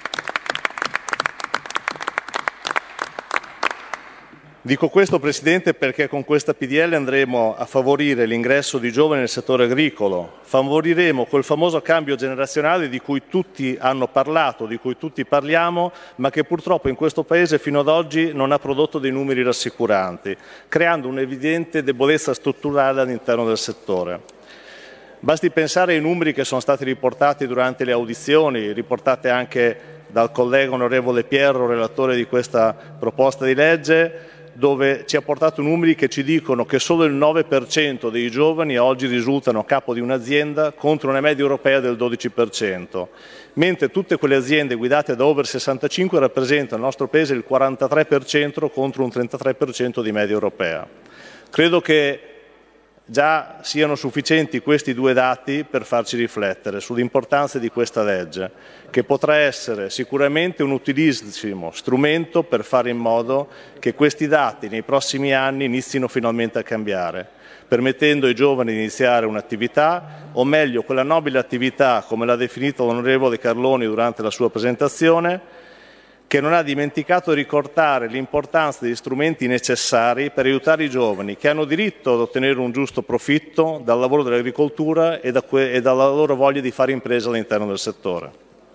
Dico questo, Presidente, perché con questa PDL andremo a favorire l'ingresso di giovani nel settore agricolo, favoriremo quel famoso cambio generazionale di cui tutti hanno parlato, di cui tutti parliamo, ma che purtroppo in questo Paese fino ad oggi non ha prodotto dei numeri rassicuranti, creando un'evidente debolezza strutturale all'interno del settore. Basti pensare ai numeri che sono stati riportati durante le audizioni, riportate anche dal collega onorevole Pierro, relatore di questa proposta di legge, dove ci ha portato numeri che ci dicono che solo il 9% dei giovani oggi risultano a capo di un'azienda contro una media europea del 12%, mentre tutte quelle aziende guidate da over 65 rappresentano nel nostro Paese il 43% contro un 33% di media europea. Credo che già siano sufficienti questi due dati per farci riflettere sull'importanza di questa legge, che potrà essere sicuramente un utilissimo strumento per fare in modo che questi dati nei prossimi anni inizino finalmente a cambiare, permettendo ai giovani di iniziare un'attività, o meglio quella nobile attività, come l'ha definita l'onorevole Carloni durante la sua presentazione, che non ha dimenticato di ricordare l'importanza degli strumenti necessari per aiutare i giovani che hanno diritto ad ottenere un giusto profitto dal lavoro dell'agricoltura e dalla loro voglia di fare impresa all'interno del settore.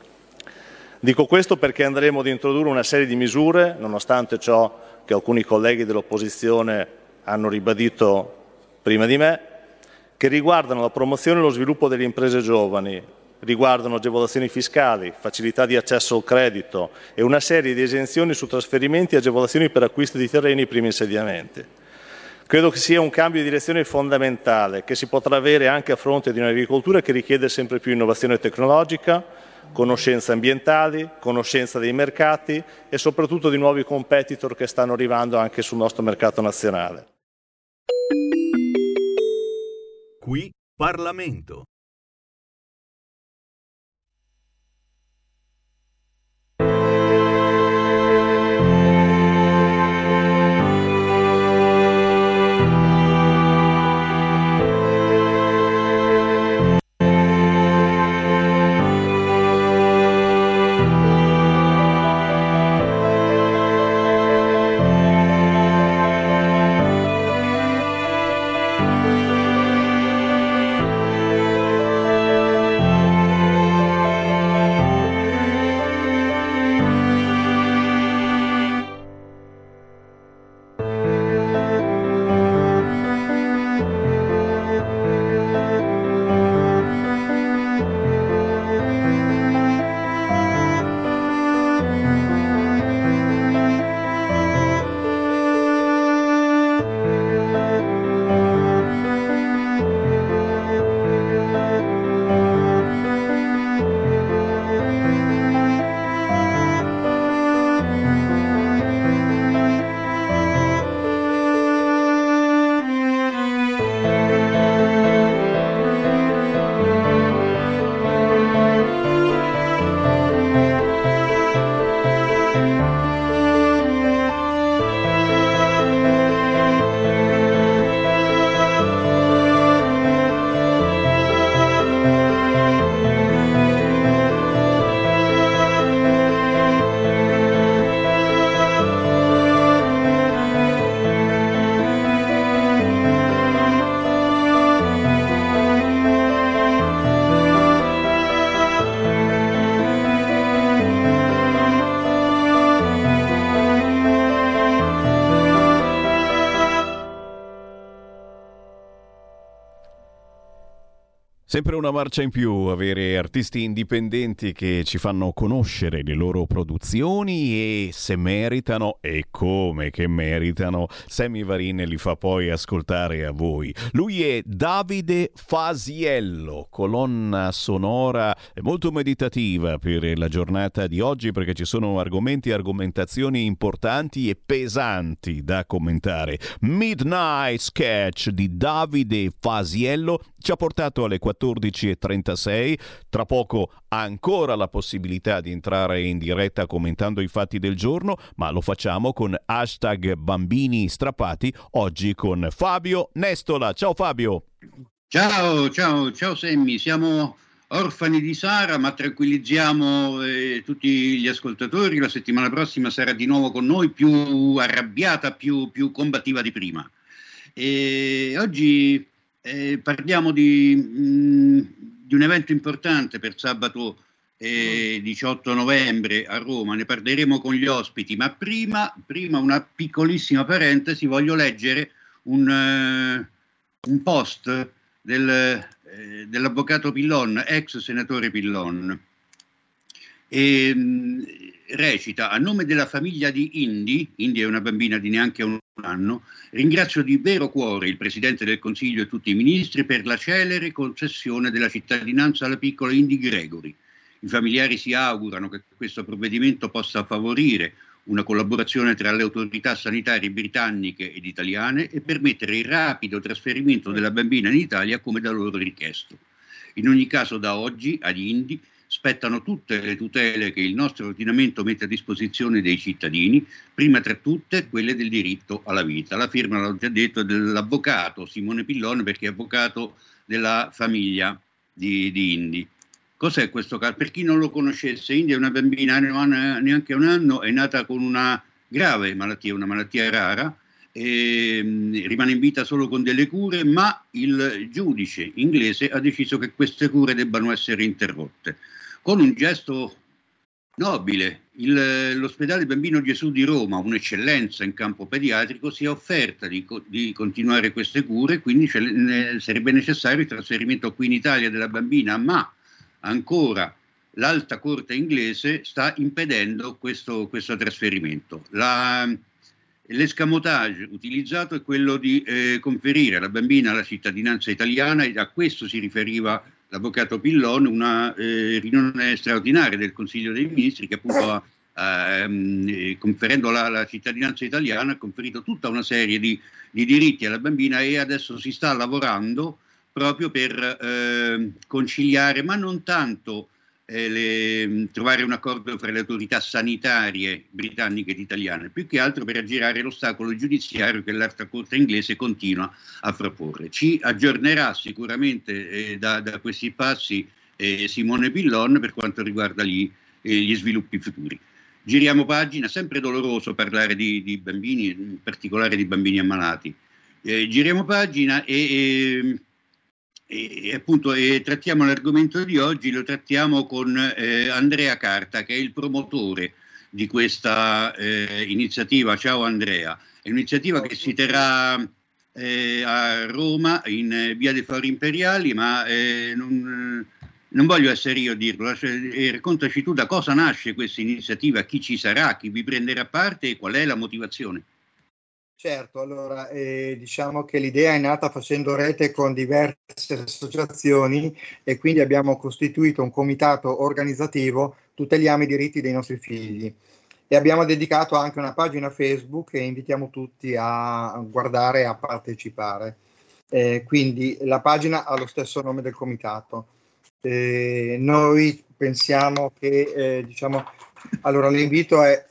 Dico questo perché andremo ad introdurre una serie di misure, nonostante ciò che alcuni colleghi dell'opposizione hanno ribadito prima di me, che riguardano la promozione e lo sviluppo delle imprese giovani, riguardano agevolazioni fiscali, facilità di accesso al credito e una serie di esenzioni su trasferimenti e agevolazioni per acquisto di terreni e primi insediamenti. Credo che sia un cambio di direzione fondamentale che si potrà avere anche a fronte di un'agricoltura che richiede sempre più innovazione tecnologica, conoscenze ambientali, conoscenza dei mercati e soprattutto di nuovi competitor che stanno arrivando anche sul nostro mercato nazionale. Qui Parlamento. Sempre una marcia in più avere artisti indipendenti che ci fanno conoscere le loro produzioni e se meritano, e come che meritano, Sammy Varin li fa poi ascoltare a voi. Lui è Davide Fasiello, colonna sonora molto meditativa per la giornata di oggi perché ci sono argomenti e argomentazioni importanti e pesanti da commentare. Midnight Sketch di Davide Fasiello ci ha portato alle 14.36, tra poco ancora la possibilità di entrare in diretta commentando i fatti del giorno, ma lo facciamo con hashtag Bambini Strappati, oggi con Fabio Nestola. Ciao Fabio! Ciao Sammy, siamo orfani di Sara, ma tranquillizziamo tutti gli ascoltatori, la settimana prossima sarà di nuovo con noi, più arrabbiata, più combattiva di prima. E oggi parliamo di un evento importante per sabato 18 novembre a Roma, ne parleremo con gli ospiti, ma prima una piccolissima parentesi, voglio leggere un post dell'avvocato Pillon, ex senatore Pillon, e recita: a nome della famiglia di Indy è una bambina di neanche un anno, ringrazio di vero cuore il Presidente del Consiglio e tutti i ministri per la celere concessione della cittadinanza alla piccola Indy Gregory. I familiari si augurano che questo provvedimento possa favorire una collaborazione tra le autorità sanitarie britanniche ed italiane e permettere il rapido trasferimento della bambina in Italia come da loro richiesto. In ogni caso, da oggi agli Indy spettano tutte le tutele che il nostro ordinamento mette a disposizione dei cittadini, prima tra tutte quelle del diritto alla vita. La firma, l'ho già detto, dell'avvocato Simone Pillon, perché è avvocato della famiglia di Indy. Cos'è questo caso? Per chi non lo conoscesse, Indy è una bambina, non ha neanche un anno, è nata con una grave malattia, una malattia rara, e rimane in vita solo con delle cure, ma il giudice inglese ha deciso che queste cure debbano essere interrotte. Con un gesto nobile, l'ospedale Bambino Gesù di Roma, un'eccellenza in campo pediatrico, si è offerta di continuare queste cure, quindi sarebbe necessario il trasferimento qui in Italia della bambina, ma ancora l'alta corte inglese sta impedendo questo trasferimento. L'escamotage utilizzato è quello di conferire alla bambina la cittadinanza italiana, e a questo si riferiva l'avvocato Pillon, una riunione straordinaria del Consiglio dei Ministri che appunto conferendo la cittadinanza italiana ha conferito tutta una serie di diritti alla bambina, e adesso si sta lavorando proprio per conciliare, ma non tanto trovare un accordo fra le autorità sanitarie britanniche ed italiane, più che altro per aggirare l'ostacolo giudiziario che l'alta corte inglese continua a frapporre. Ci aggiornerà sicuramente da questi passi Simone Pillon per quanto riguarda gli sviluppi futuri. Giriamo pagina, sempre doloroso parlare di bambini, in particolare di bambini ammalati. Giriamo pagina e appunto trattiamo l'argomento di oggi, lo trattiamo con Andrea Carta, che è il promotore di questa iniziativa. Ciao Andrea, è un'iniziativa che si terrà a Roma in via dei Fori Imperiali, ma non voglio essere io a dirlo, raccontaci tu da cosa nasce questa iniziativa, chi ci sarà, chi vi prenderà parte e qual è la motivazione. Certo, allora diciamo che l'idea è nata facendo rete con diverse associazioni, e quindi abbiamo costituito un comitato organizzativo, tuteliamo i diritti dei nostri figli, e abbiamo dedicato anche una pagina Facebook e invitiamo tutti a guardare e a partecipare. Quindi la pagina ha lo stesso nome del comitato. Noi pensiamo che allora l'invito è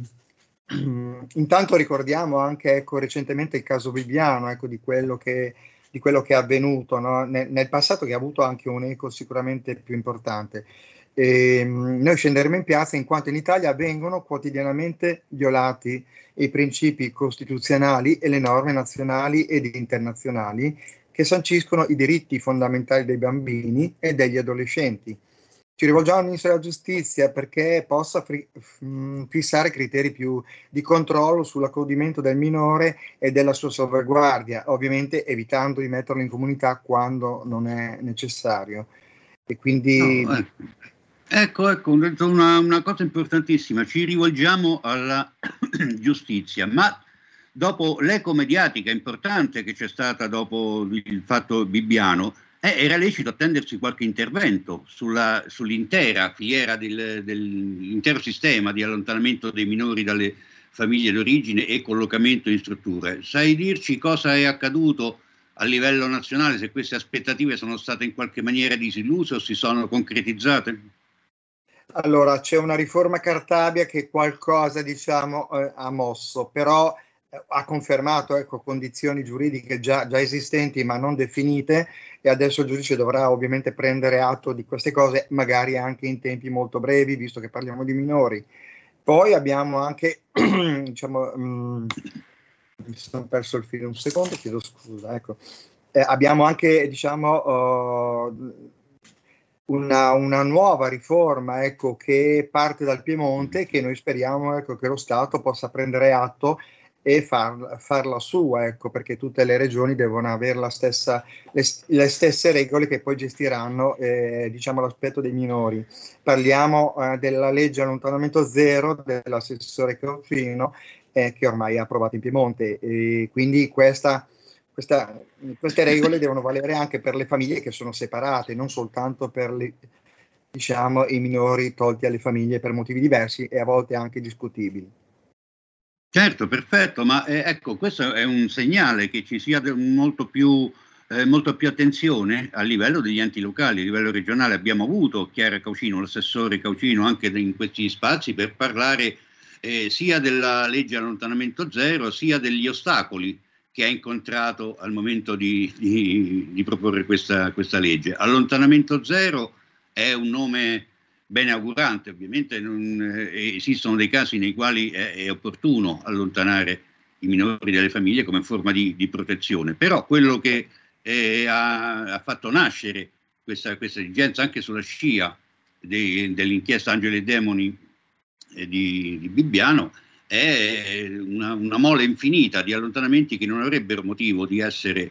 intanto ricordiamo anche recentemente il caso Bibbiano, di quello che è avvenuto, no? Nel passato, che ha avuto anche un eco sicuramente più importante. Noi scenderemo in piazza in quanto in Italia vengono quotidianamente violati i principi costituzionali e le norme nazionali ed internazionali che sanciscono i diritti fondamentali dei bambini e degli adolescenti. Ci rivolgiamo al Ministro della Giustizia perché possa fissare criteri più di controllo sull'accudimento del minore e della sua salvaguardia, ovviamente evitando di metterlo in comunità quando non è necessario. E quindi... No, ecco, una cosa importantissima, ci rivolgiamo alla giustizia, ma dopo l'eco mediatica importante che c'è stata dopo il fatto Bibbiano, era lecito attendersi qualche intervento sull'intera filiera dell'intero sistema di allontanamento dei minori dalle famiglie d'origine e collocamento in strutture. Sai dirci cosa è accaduto a livello nazionale, se queste aspettative sono state in qualche maniera disilluse o si sono concretizzate? Allora, c'è una riforma Cartabia che qualcosa, ha mosso, però ha confermato condizioni giuridiche già esistenti ma non definite, e adesso il giudice dovrà ovviamente prendere atto di queste cose, magari anche in tempi molto brevi, visto che parliamo di minori. Poi abbiamo anche, mi sono perso il filo un secondo, chiedo scusa, abbiamo anche, una nuova riforma, che parte dal Piemonte, che noi speriamo, che lo Stato possa prendere atto e farla sua, perché tutte le regioni devono avere le stesse regole che poi gestiranno l'aspetto dei minori. Parliamo della legge allontanamento zero dell'assessore Caucino, che ormai è approvata in Piemonte, e quindi queste regole devono valere anche per le famiglie che sono separate, non soltanto per i minori tolti alle famiglie per motivi diversi e a volte anche discutibili. Certo, perfetto, ma questo è un segnale che ci sia molto più attenzione a livello degli enti locali, a livello regionale. Abbiamo avuto Chiara Caucino, l'assessore Caucino, anche in questi spazi per parlare sia della legge allontanamento zero, sia degli ostacoli che ha incontrato al momento di proporre questa legge. Allontanamento zero è un nome bene augurante, ovviamente esistono dei casi nei quali è opportuno allontanare i minori dalle famiglie come forma di protezione, però quello che ha fatto nascere questa esigenza anche sulla scia dell'inchiesta Angeli e Demoni di Bibbiano è una mole infinita di allontanamenti che non avrebbero motivo di essere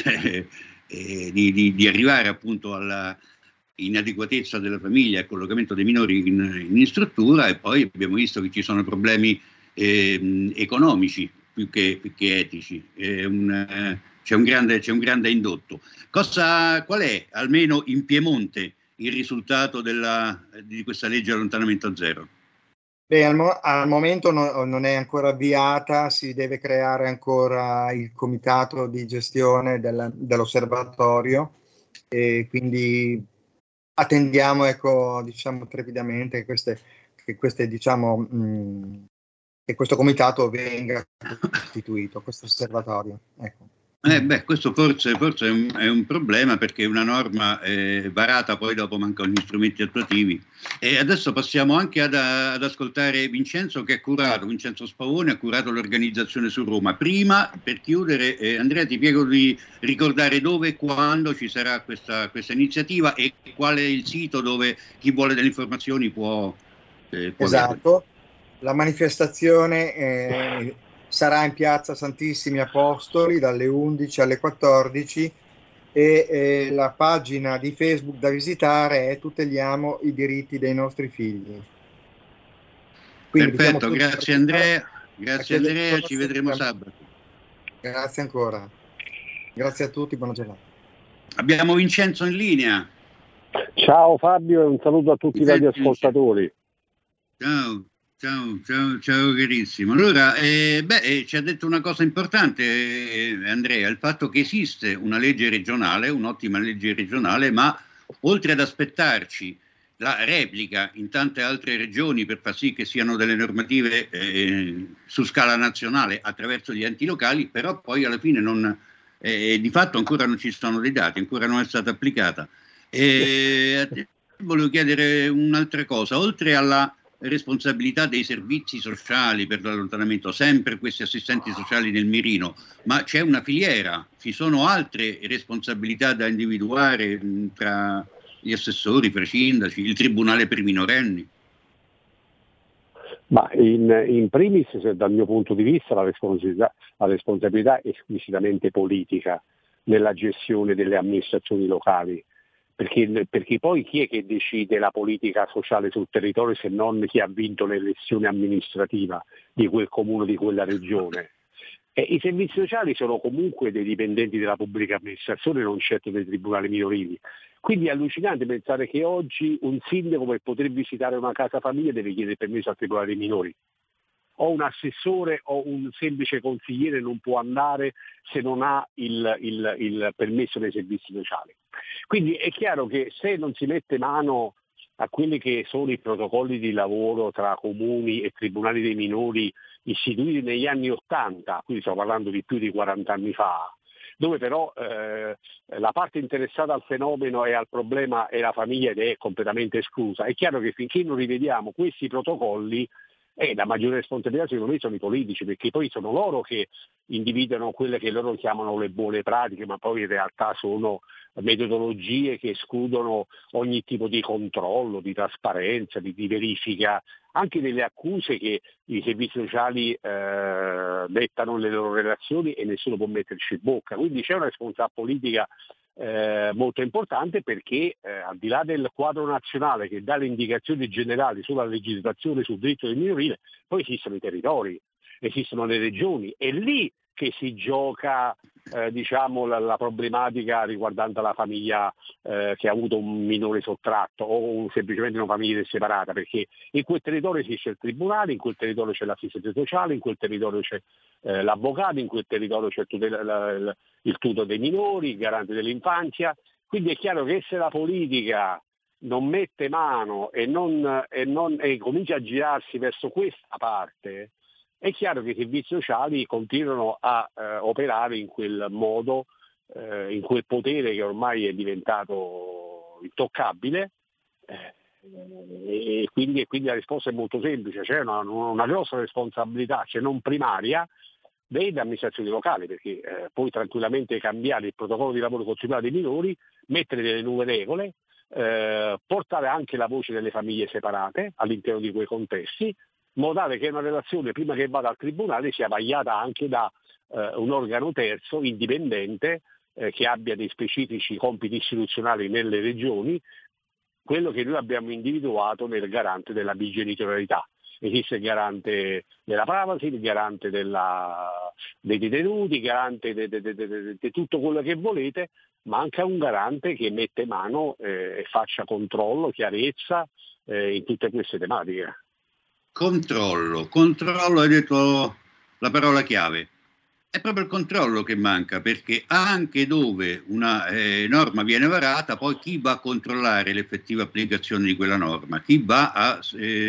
di arrivare appunto alla inadeguatezza della famiglia e collocamento dei minori in struttura, e poi abbiamo visto che ci sono problemi economici più che etici. C'è un grande indotto. Qual è, almeno in Piemonte, il risultato di questa legge allontanamento zero? Al momento non è ancora avviata, si deve creare ancora il comitato di gestione dell'osservatorio, e quindi attendiamo, trepidamente che questo comitato venga costituito, questo osservatorio. Questo forse è un problema, perché una norma varata poi dopo mancano gli strumenti attuativi. E adesso passiamo anche ad ascoltare Vincenzo Spavone ha curato l'organizzazione su Roma. Prima, per chiudere, Andrea, ti prego di ricordare dove e quando ci sarà questa iniziativa e qual è il sito dove chi vuole delle informazioni può esatto, vedere. La manifestazione sarà in piazza Santissimi Apostoli dalle 11 alle 14 e la pagina di Facebook da visitare è Tuteliamo i diritti dei nostri figli. Quindi perfetto, grazie Andrea, ci vedremo sabato. Grazie ancora, grazie a tutti, buona giornata. Abbiamo Vincenzo in linea. Ciao Fabio e un saluto a tutti i radioascoltatori. Ciao carissimo. Allora, ci ha detto una cosa importante Andrea, il fatto che esiste una legge regionale, un'ottima legge regionale, ma oltre ad aspettarci la replica in tante altre regioni per far sì che siano delle normative su scala nazionale attraverso gli enti locali, però poi alla fine di fatto ancora non ci sono dei dati, ancora non è stata applicata. Volevo chiedere un'altra cosa, oltre alla responsabilità dei servizi sociali per l'allontanamento, sempre questi assistenti sociali nel mirino, ma c'è una filiera, ci sono altre responsabilità da individuare tra gli assessori, i presindaci, il tribunale per i minorenni? Ma in primis, dal mio punto di vista, la responsabilità è squisitamente politica nella gestione delle amministrazioni locali, perché poi chi è che decide la politica sociale sul territorio se non chi ha vinto l'elezione amministrativa di quel comune, di quella regione? I servizi sociali sono comunque dei dipendenti della pubblica amministrazione, non certo dei tribunali minorili. Quindi è allucinante pensare che oggi un sindaco per poter visitare una casa famiglia deve chiedere permesso al tribunale dei minori. O un assessore o un semplice consigliere non può andare se non ha il permesso dei servizi sociali. Quindi è chiaro che se non si mette mano a quelli che sono i protocolli di lavoro tra comuni e tribunali dei minori istituiti negli anni '80, quindi stiamo parlando di più di 40 anni fa, dove però la parte interessata al fenomeno e al problema è la famiglia ed è completamente esclusa. È chiaro che finché non rivediamo questi protocolli, la maggiore responsabilità secondo me sono i politici, perché poi sono loro che individuano quelle che loro chiamano le buone pratiche, ma poi in realtà sono metodologie che escludono ogni tipo di controllo, di trasparenza, di verifica, anche delle accuse che i servizi sociali dettano nelle loro relazioni e nessuno può metterci in bocca. Quindi c'è una responsabilità politica molto importante, perché al di là del quadro nazionale che dà le indicazioni generali sulla legislazione sul diritto del minorile, poi esistono i territori, esistono le regioni, è lì che si gioca la problematica riguardante la famiglia che ha avuto un minore sottratto o semplicemente una famiglia separata, perché in quel territorio esiste il tribunale, in quel territorio c'è l'assistente sociale, in quel territorio c'è l'avvocato, in quel territorio c'è il tutor dei minori, il garante dell'infanzia. Quindi è chiaro che se la politica non mette mano e comincia a girarsi verso questa parte, è chiaro che i servizi sociali continuano a operare in quel modo, in quel potere che ormai è diventato intoccabile, e quindi la risposta è molto semplice: c'è una grossa responsabilità, se non primaria, delle amministrazioni locali, perché puoi tranquillamente cambiare il protocollo di lavoro col tribunale dei minori, mettere delle nuove regole, portare anche la voce delle famiglie separate all'interno di quei contesti, in modo tale che una relazione, prima che vada al tribunale, sia vagliata anche da un organo terzo indipendente che abbia dei specifici compiti istituzionali nelle regioni, quello che noi abbiamo individuato nel garante della bigenitorialità. Esiste il garante della privacy, il garante dei detenuti, il garante di tutto quello che volete, ma anche un garante che mette mano e faccia controllo, chiarezza in tutte queste tematiche. Controllo, hai detto la parola chiave. È proprio il controllo che manca, perché anche dove una norma viene varata, poi chi va a controllare l'effettiva applicazione di quella norma, chi va a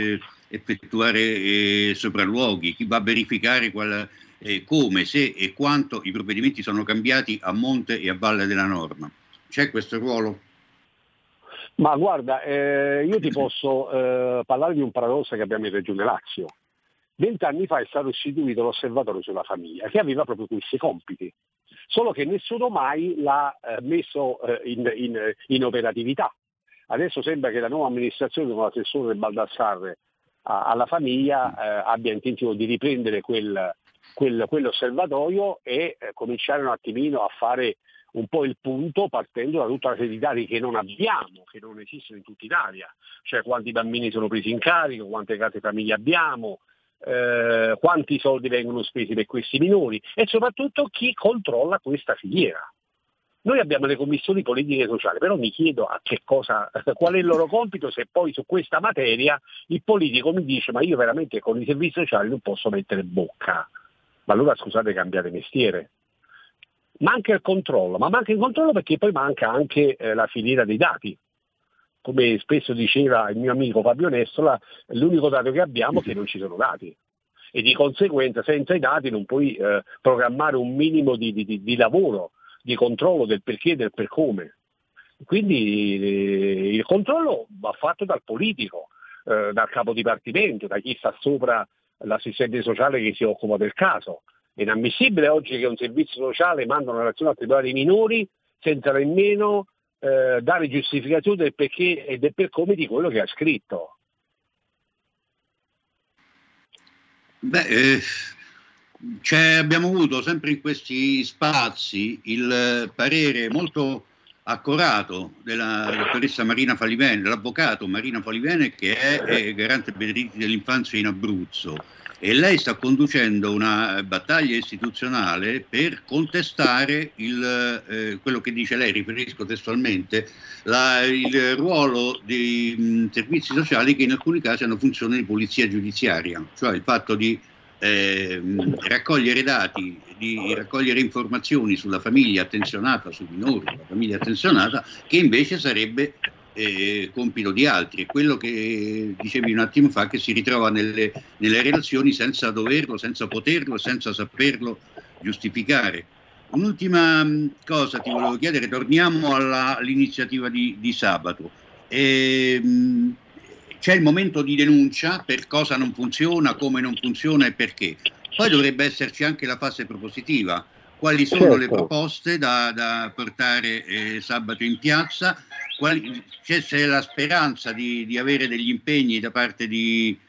effettuare sopralluoghi, chi va a verificare come, se e quanto i provvedimenti sono cambiati a monte e a valle della norma. C'è questo ruolo? Ma guarda, io ti posso parlare di un paradosso che abbiamo in Regione Lazio. 20 anni fa è stato istituito l'Osservatorio sulla famiglia, che aveva proprio questi compiti, solo che nessuno mai l'ha messo in operatività. Adesso sembra che la nuova amministrazione, con l'assessore Baldassarre alla famiglia, abbia intenzione di riprendere quell'osservatorio e cominciare un attimino a fare un po' il punto, partendo da tutta la serie di dati che non abbiamo, che non esistono in tutta Italia, cioè quanti bambini sono presi in carico, quante case famiglie abbiamo, quanti soldi vengono spesi per questi minori e soprattutto chi controlla questa filiera. Noi abbiamo le commissioni politiche e sociali, però mi chiedo qual è il loro compito, se poi su questa materia il politico mi dice: ma io veramente con i servizi sociali non posso mettere bocca. Ma allora scusate, cambiate mestiere. Manca il controllo, ma manca il controllo perché poi manca anche la filiera dei dati. Come spesso diceva il mio amico Fabio Nessola, l'unico dato che abbiamo è che non ci sono dati. E di conseguenza senza i dati non puoi programmare un minimo di lavoro, di controllo del perché e del per come. Quindi il controllo va fatto dal politico, dal capo dipartimento, da chi sta sopra l'assistente sociale che si occupa del caso. È inammissibile oggi che un servizio sociale manda una relazione al tribunale dei minori senza nemmeno dare giustificazione del perché e del per come di quello che ha scritto. Abbiamo avuto sempre in questi spazi il parere molto accorato della dottoressa Marina Falivene, dell'avvocato Marina Falivene, che è garante per i diritti dell'infanzia in Abruzzo, e lei sta conducendo una battaglia istituzionale per contestare quello che dice lei, riferisco testualmente, il ruolo dei servizi sociali che in alcuni casi hanno funzione di polizia giudiziaria, cioè il fatto di raccogliere dati, di raccogliere informazioni sulla famiglia attenzionata, sui minori, sulla famiglia attenzionata, che invece sarebbe compito di altri. È quello che dicevi un attimo fa, che si ritrova nelle relazioni senza doverlo, senza poterlo, senza saperlo giustificare. Un'ultima cosa ti volevo chiedere, torniamo all'iniziativa di sabato. C'è il momento di denuncia per cosa non funziona, come non funziona e perché. Poi dovrebbe esserci anche la fase propositiva. Quali sono le proposte da portare sabato in piazza? C'è la speranza di avere degli impegni da parte di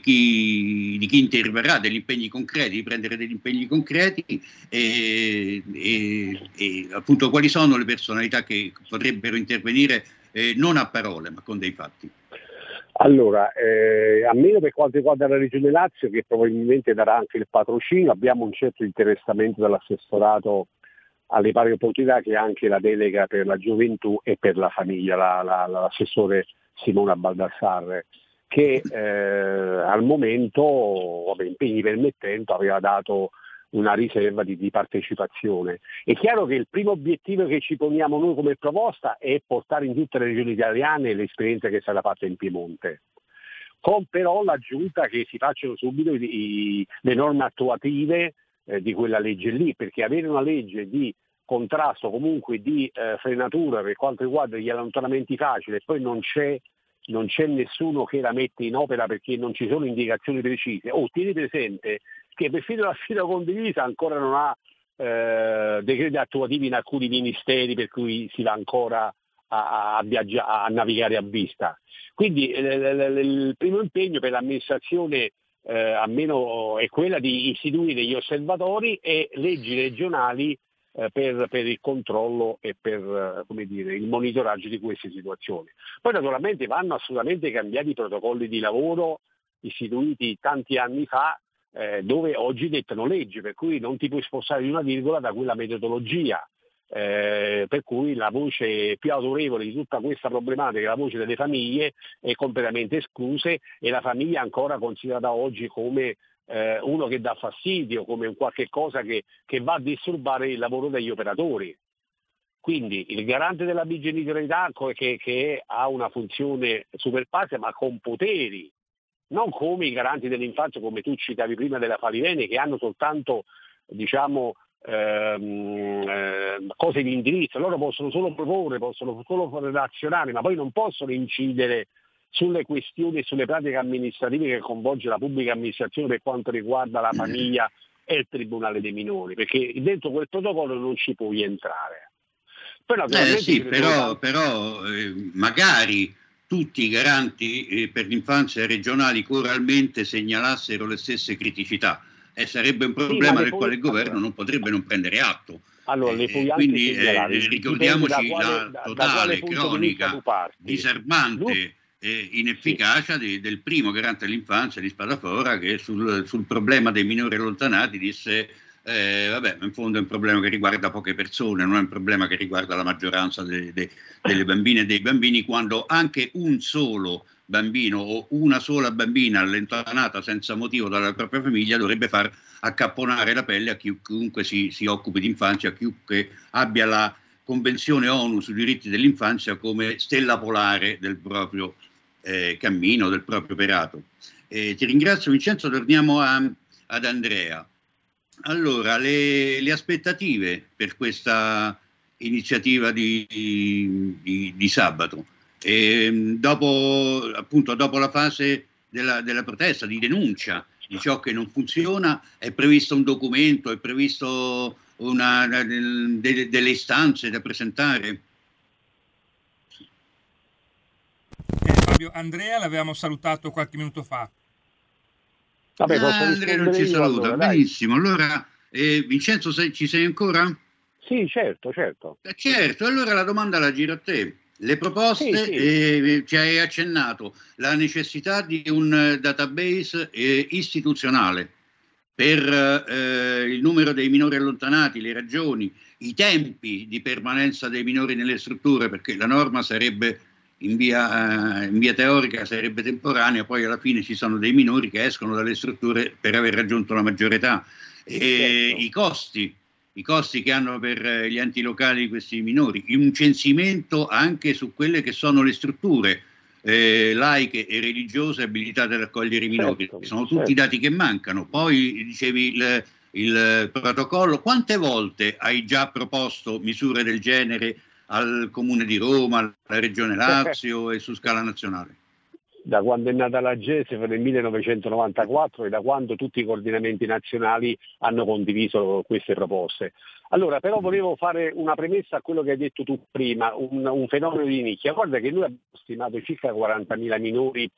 chi interverrà, degli impegni concreti, di prendere degli impegni concreti e appunto quali sono le personalità che potrebbero intervenire non a parole ma con dei fatti. Allora, almeno per quanto riguarda la Regione Lazio, che probabilmente darà anche il patrocinio, abbiamo un certo interessamento dall'assessorato alle pari opportunità, che è anche la delega per la gioventù e per la famiglia, l'assessore Simona Baldassarre, che al momento, impegni permettendo, aveva dato una riserva di partecipazione. È chiaro che il primo obiettivo che ci poniamo noi come proposta è portare in tutte le regioni italiane l'esperienza che è stata fatta in Piemonte, con però l'aggiunta che si facciano subito le norme attuative di quella legge lì, perché avere una legge di contrasto, comunque di frenatura per quanto riguarda gli allontanamenti facili, e poi non c'è nessuno che la mette in opera perché non ci sono indicazioni precise. Tieni presente che perfino la sfida condivisa ancora non ha decreti attuativi in alcuni ministeri, per cui si va ancora a navigare a vista. Quindi il primo impegno per l'amministrazione almeno è quella di istituire degli osservatori e leggi regionali per il controllo e per il monitoraggio di queste situazioni. Poi naturalmente vanno assolutamente cambiati i protocolli di lavoro istituiti tanti anni fa, dove oggi dettano leggi, per cui non ti puoi spostare di una virgola da quella metodologia, per cui la voce più autorevole di tutta questa problematica, la voce delle famiglie, è completamente esclusa, e la famiglia è ancora considerata oggi come uno che dà fastidio, come un qualche cosa che va a disturbare il lavoro degli operatori. Quindi il garante della bigenitorialità che ha una funzione super partes, ma con poteri, non come i garanti dell'infanzia, come tu citavi prima della Falivene, che hanno soltanto cose di indirizzo. Loro possono solo proporre, possono solo relazionare, ma poi non possono incidere sulle questioni e sulle pratiche amministrative che coinvolge la pubblica amministrazione per quanto riguarda la famiglia e il Tribunale dei minori, perché dentro quel protocollo non ci puoi entrare. Però magari tutti i garanti per l'infanzia regionali coralmente segnalassero le stesse criticità, e sarebbe un problema del quale il governo non potrebbe non prendere atto. Allora, quindi ricordiamoci la totale cronica disarmante e inefficacia del primo garante dell'infanzia di Spadafora, che sul problema dei minori allontanati disse in fondo è un problema che riguarda poche persone, non è un problema che riguarda la maggioranza delle bambine e dei bambini, quando anche un solo bambino o una sola bambina allontanata senza motivo dalla propria famiglia dovrebbe far accapponare la pelle a chiunque si occupi di infanzia, a chiunque abbia la Convenzione ONU sui diritti dell'infanzia come stella polare del proprio cammino, del proprio operato. Ti ringrazio Vincenzo, torniamo ad Andrea. Allora, le aspettative per questa iniziativa di sabato, dopo la fase della protesta, di denuncia di ciò che non funziona, è previsto un documento, è previsto delle istanze da presentare? Fabio. Andrea l'avevamo salutato qualche minuto fa. Vabbè, Andrea non ci saluta, allora, benissimo. Allora, Vincenzo, ci sei ancora? Sì, certo. Certo, allora la domanda la giro a te. Le proposte, sì. Ci hai accennato, la necessità di un database istituzionale per il numero dei minori allontanati, le ragioni, i tempi di permanenza dei minori nelle strutture, perché la norma sarebbe in via teorica sarebbe temporanea, poi alla fine ci sono dei minori che escono dalle strutture per aver raggiunto la maggiore età, e certo. i costi che hanno per gli enti locali questi minori, un censimento anche su quelle che sono le strutture laiche e religiose abilitate ad accogliere i minori, sono tutti dati che mancano. Poi dicevi il protocollo, quante volte hai già proposto misure del genere al Comune di Roma, alla Regione Lazio e su scala nazionale? Da quando è nata la GESEF nel 1994 e da quando tutti i coordinamenti nazionali hanno condiviso queste proposte. Allora, però volevo fare una premessa a quello che hai detto tu prima, un fenomeno di nicchia. Guarda che noi abbiamo stimato circa 40.000 minori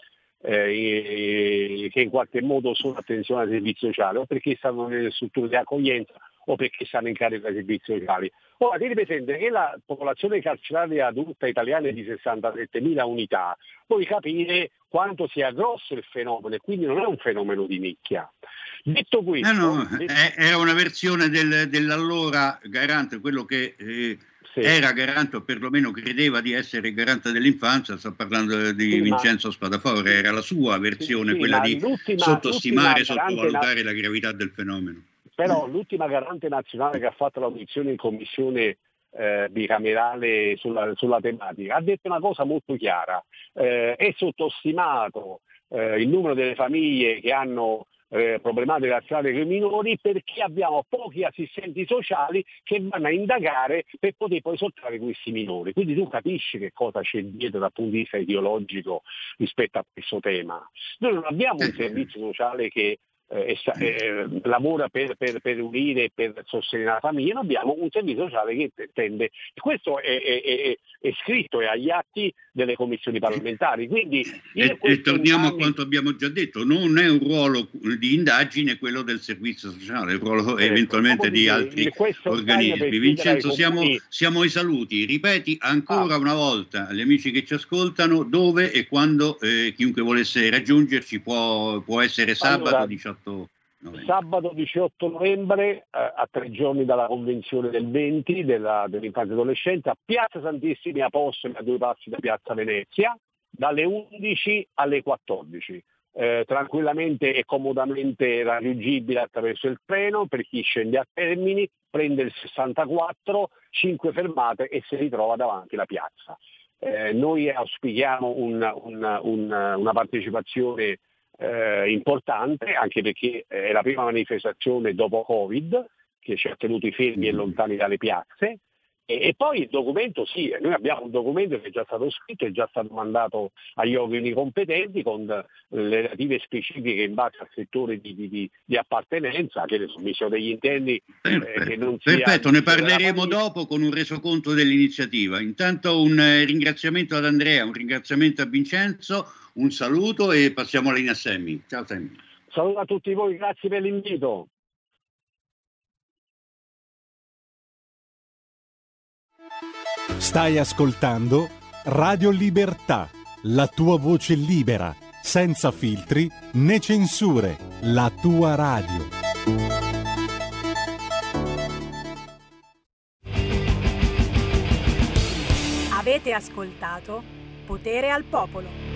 che in qualche modo sono attenzione ai servizi sociali, o perché stanno nelle strutture di accoglienza o perché stanno in carico ai servizi sociali. Ora, tieni presente che la popolazione carceraria adulta italiana è di 67.000 unità, puoi capire quanto sia grosso il fenomeno, e quindi non è un fenomeno di nicchia. Detto questo... Era una versione dell'allora garante, quello che era garante, o perlomeno credeva di essere garante dell'infanzia, sto parlando di Vincenzo Spadafora, era la sua versione, quella di sottostimare, sottovalutare la gravità del fenomeno. Però l'ultima garante nazionale che ha fatto l'audizione in commissione bicamerale sulla tematica ha detto una cosa molto chiara: è sottostimato il numero delle famiglie che hanno problematiche relazionate con i minori, perché abbiamo pochi assistenti sociali che vanno a indagare per poter poi sottrarre questi minori. Quindi tu capisci che cosa c'è dietro dal punto di vista ideologico rispetto a questo tema. Noi non abbiamo un servizio sociale che lavora per unire e per sostenere la famiglia, noi abbiamo un servizio sociale che tende, questo è scritto, è agli atti delle commissioni parlamentari. Quindi e torniamo a quanto abbiamo già detto, non è un ruolo di indagine quello del servizio sociale, è un ruolo eventualmente di altri organismi. Vincenzo, siamo ai saluti, ripeti ancora una volta agli amici che ci ascoltano dove e quando chiunque volesse raggiungerci può essere sabato 18 novembre. Sabato 18 novembre, a 3 giorni dalla convenzione del 20 dell'infanzia e adolescenza, a Piazza Santissimi Apostoli, a 2 passi da Piazza Venezia, dalle 11 alle 14. Tranquillamente e comodamente raggiungibile attraverso il treno per chi scende a Termini, prende il 64, 5 fermate e si ritrova davanti la piazza. Noi auspichiamo una partecipazione importante, anche perché è la prima manifestazione dopo Covid che ci ha tenuti fermi e lontani dalle piazze, e poi il documento, noi abbiamo un documento che è già stato scritto, è già stato mandato agli organi competenti con le relative specifiche in base al settore di appartenenza, che il Ministero degli Interni che non sia... Perfetto, ne parleremo dopo con un resoconto dell'iniziativa. Intanto un ringraziamento ad Andrea, un ringraziamento a Vincenzo, un saluto e passiamo alla linea Sammy. Ciao Sammy. Saluto a tutti voi, grazie per l'invito. Stai ascoltando Radio Libertà, la tua voce libera, senza filtri né censure, la tua radio. Avete ascoltato Potere al Popolo.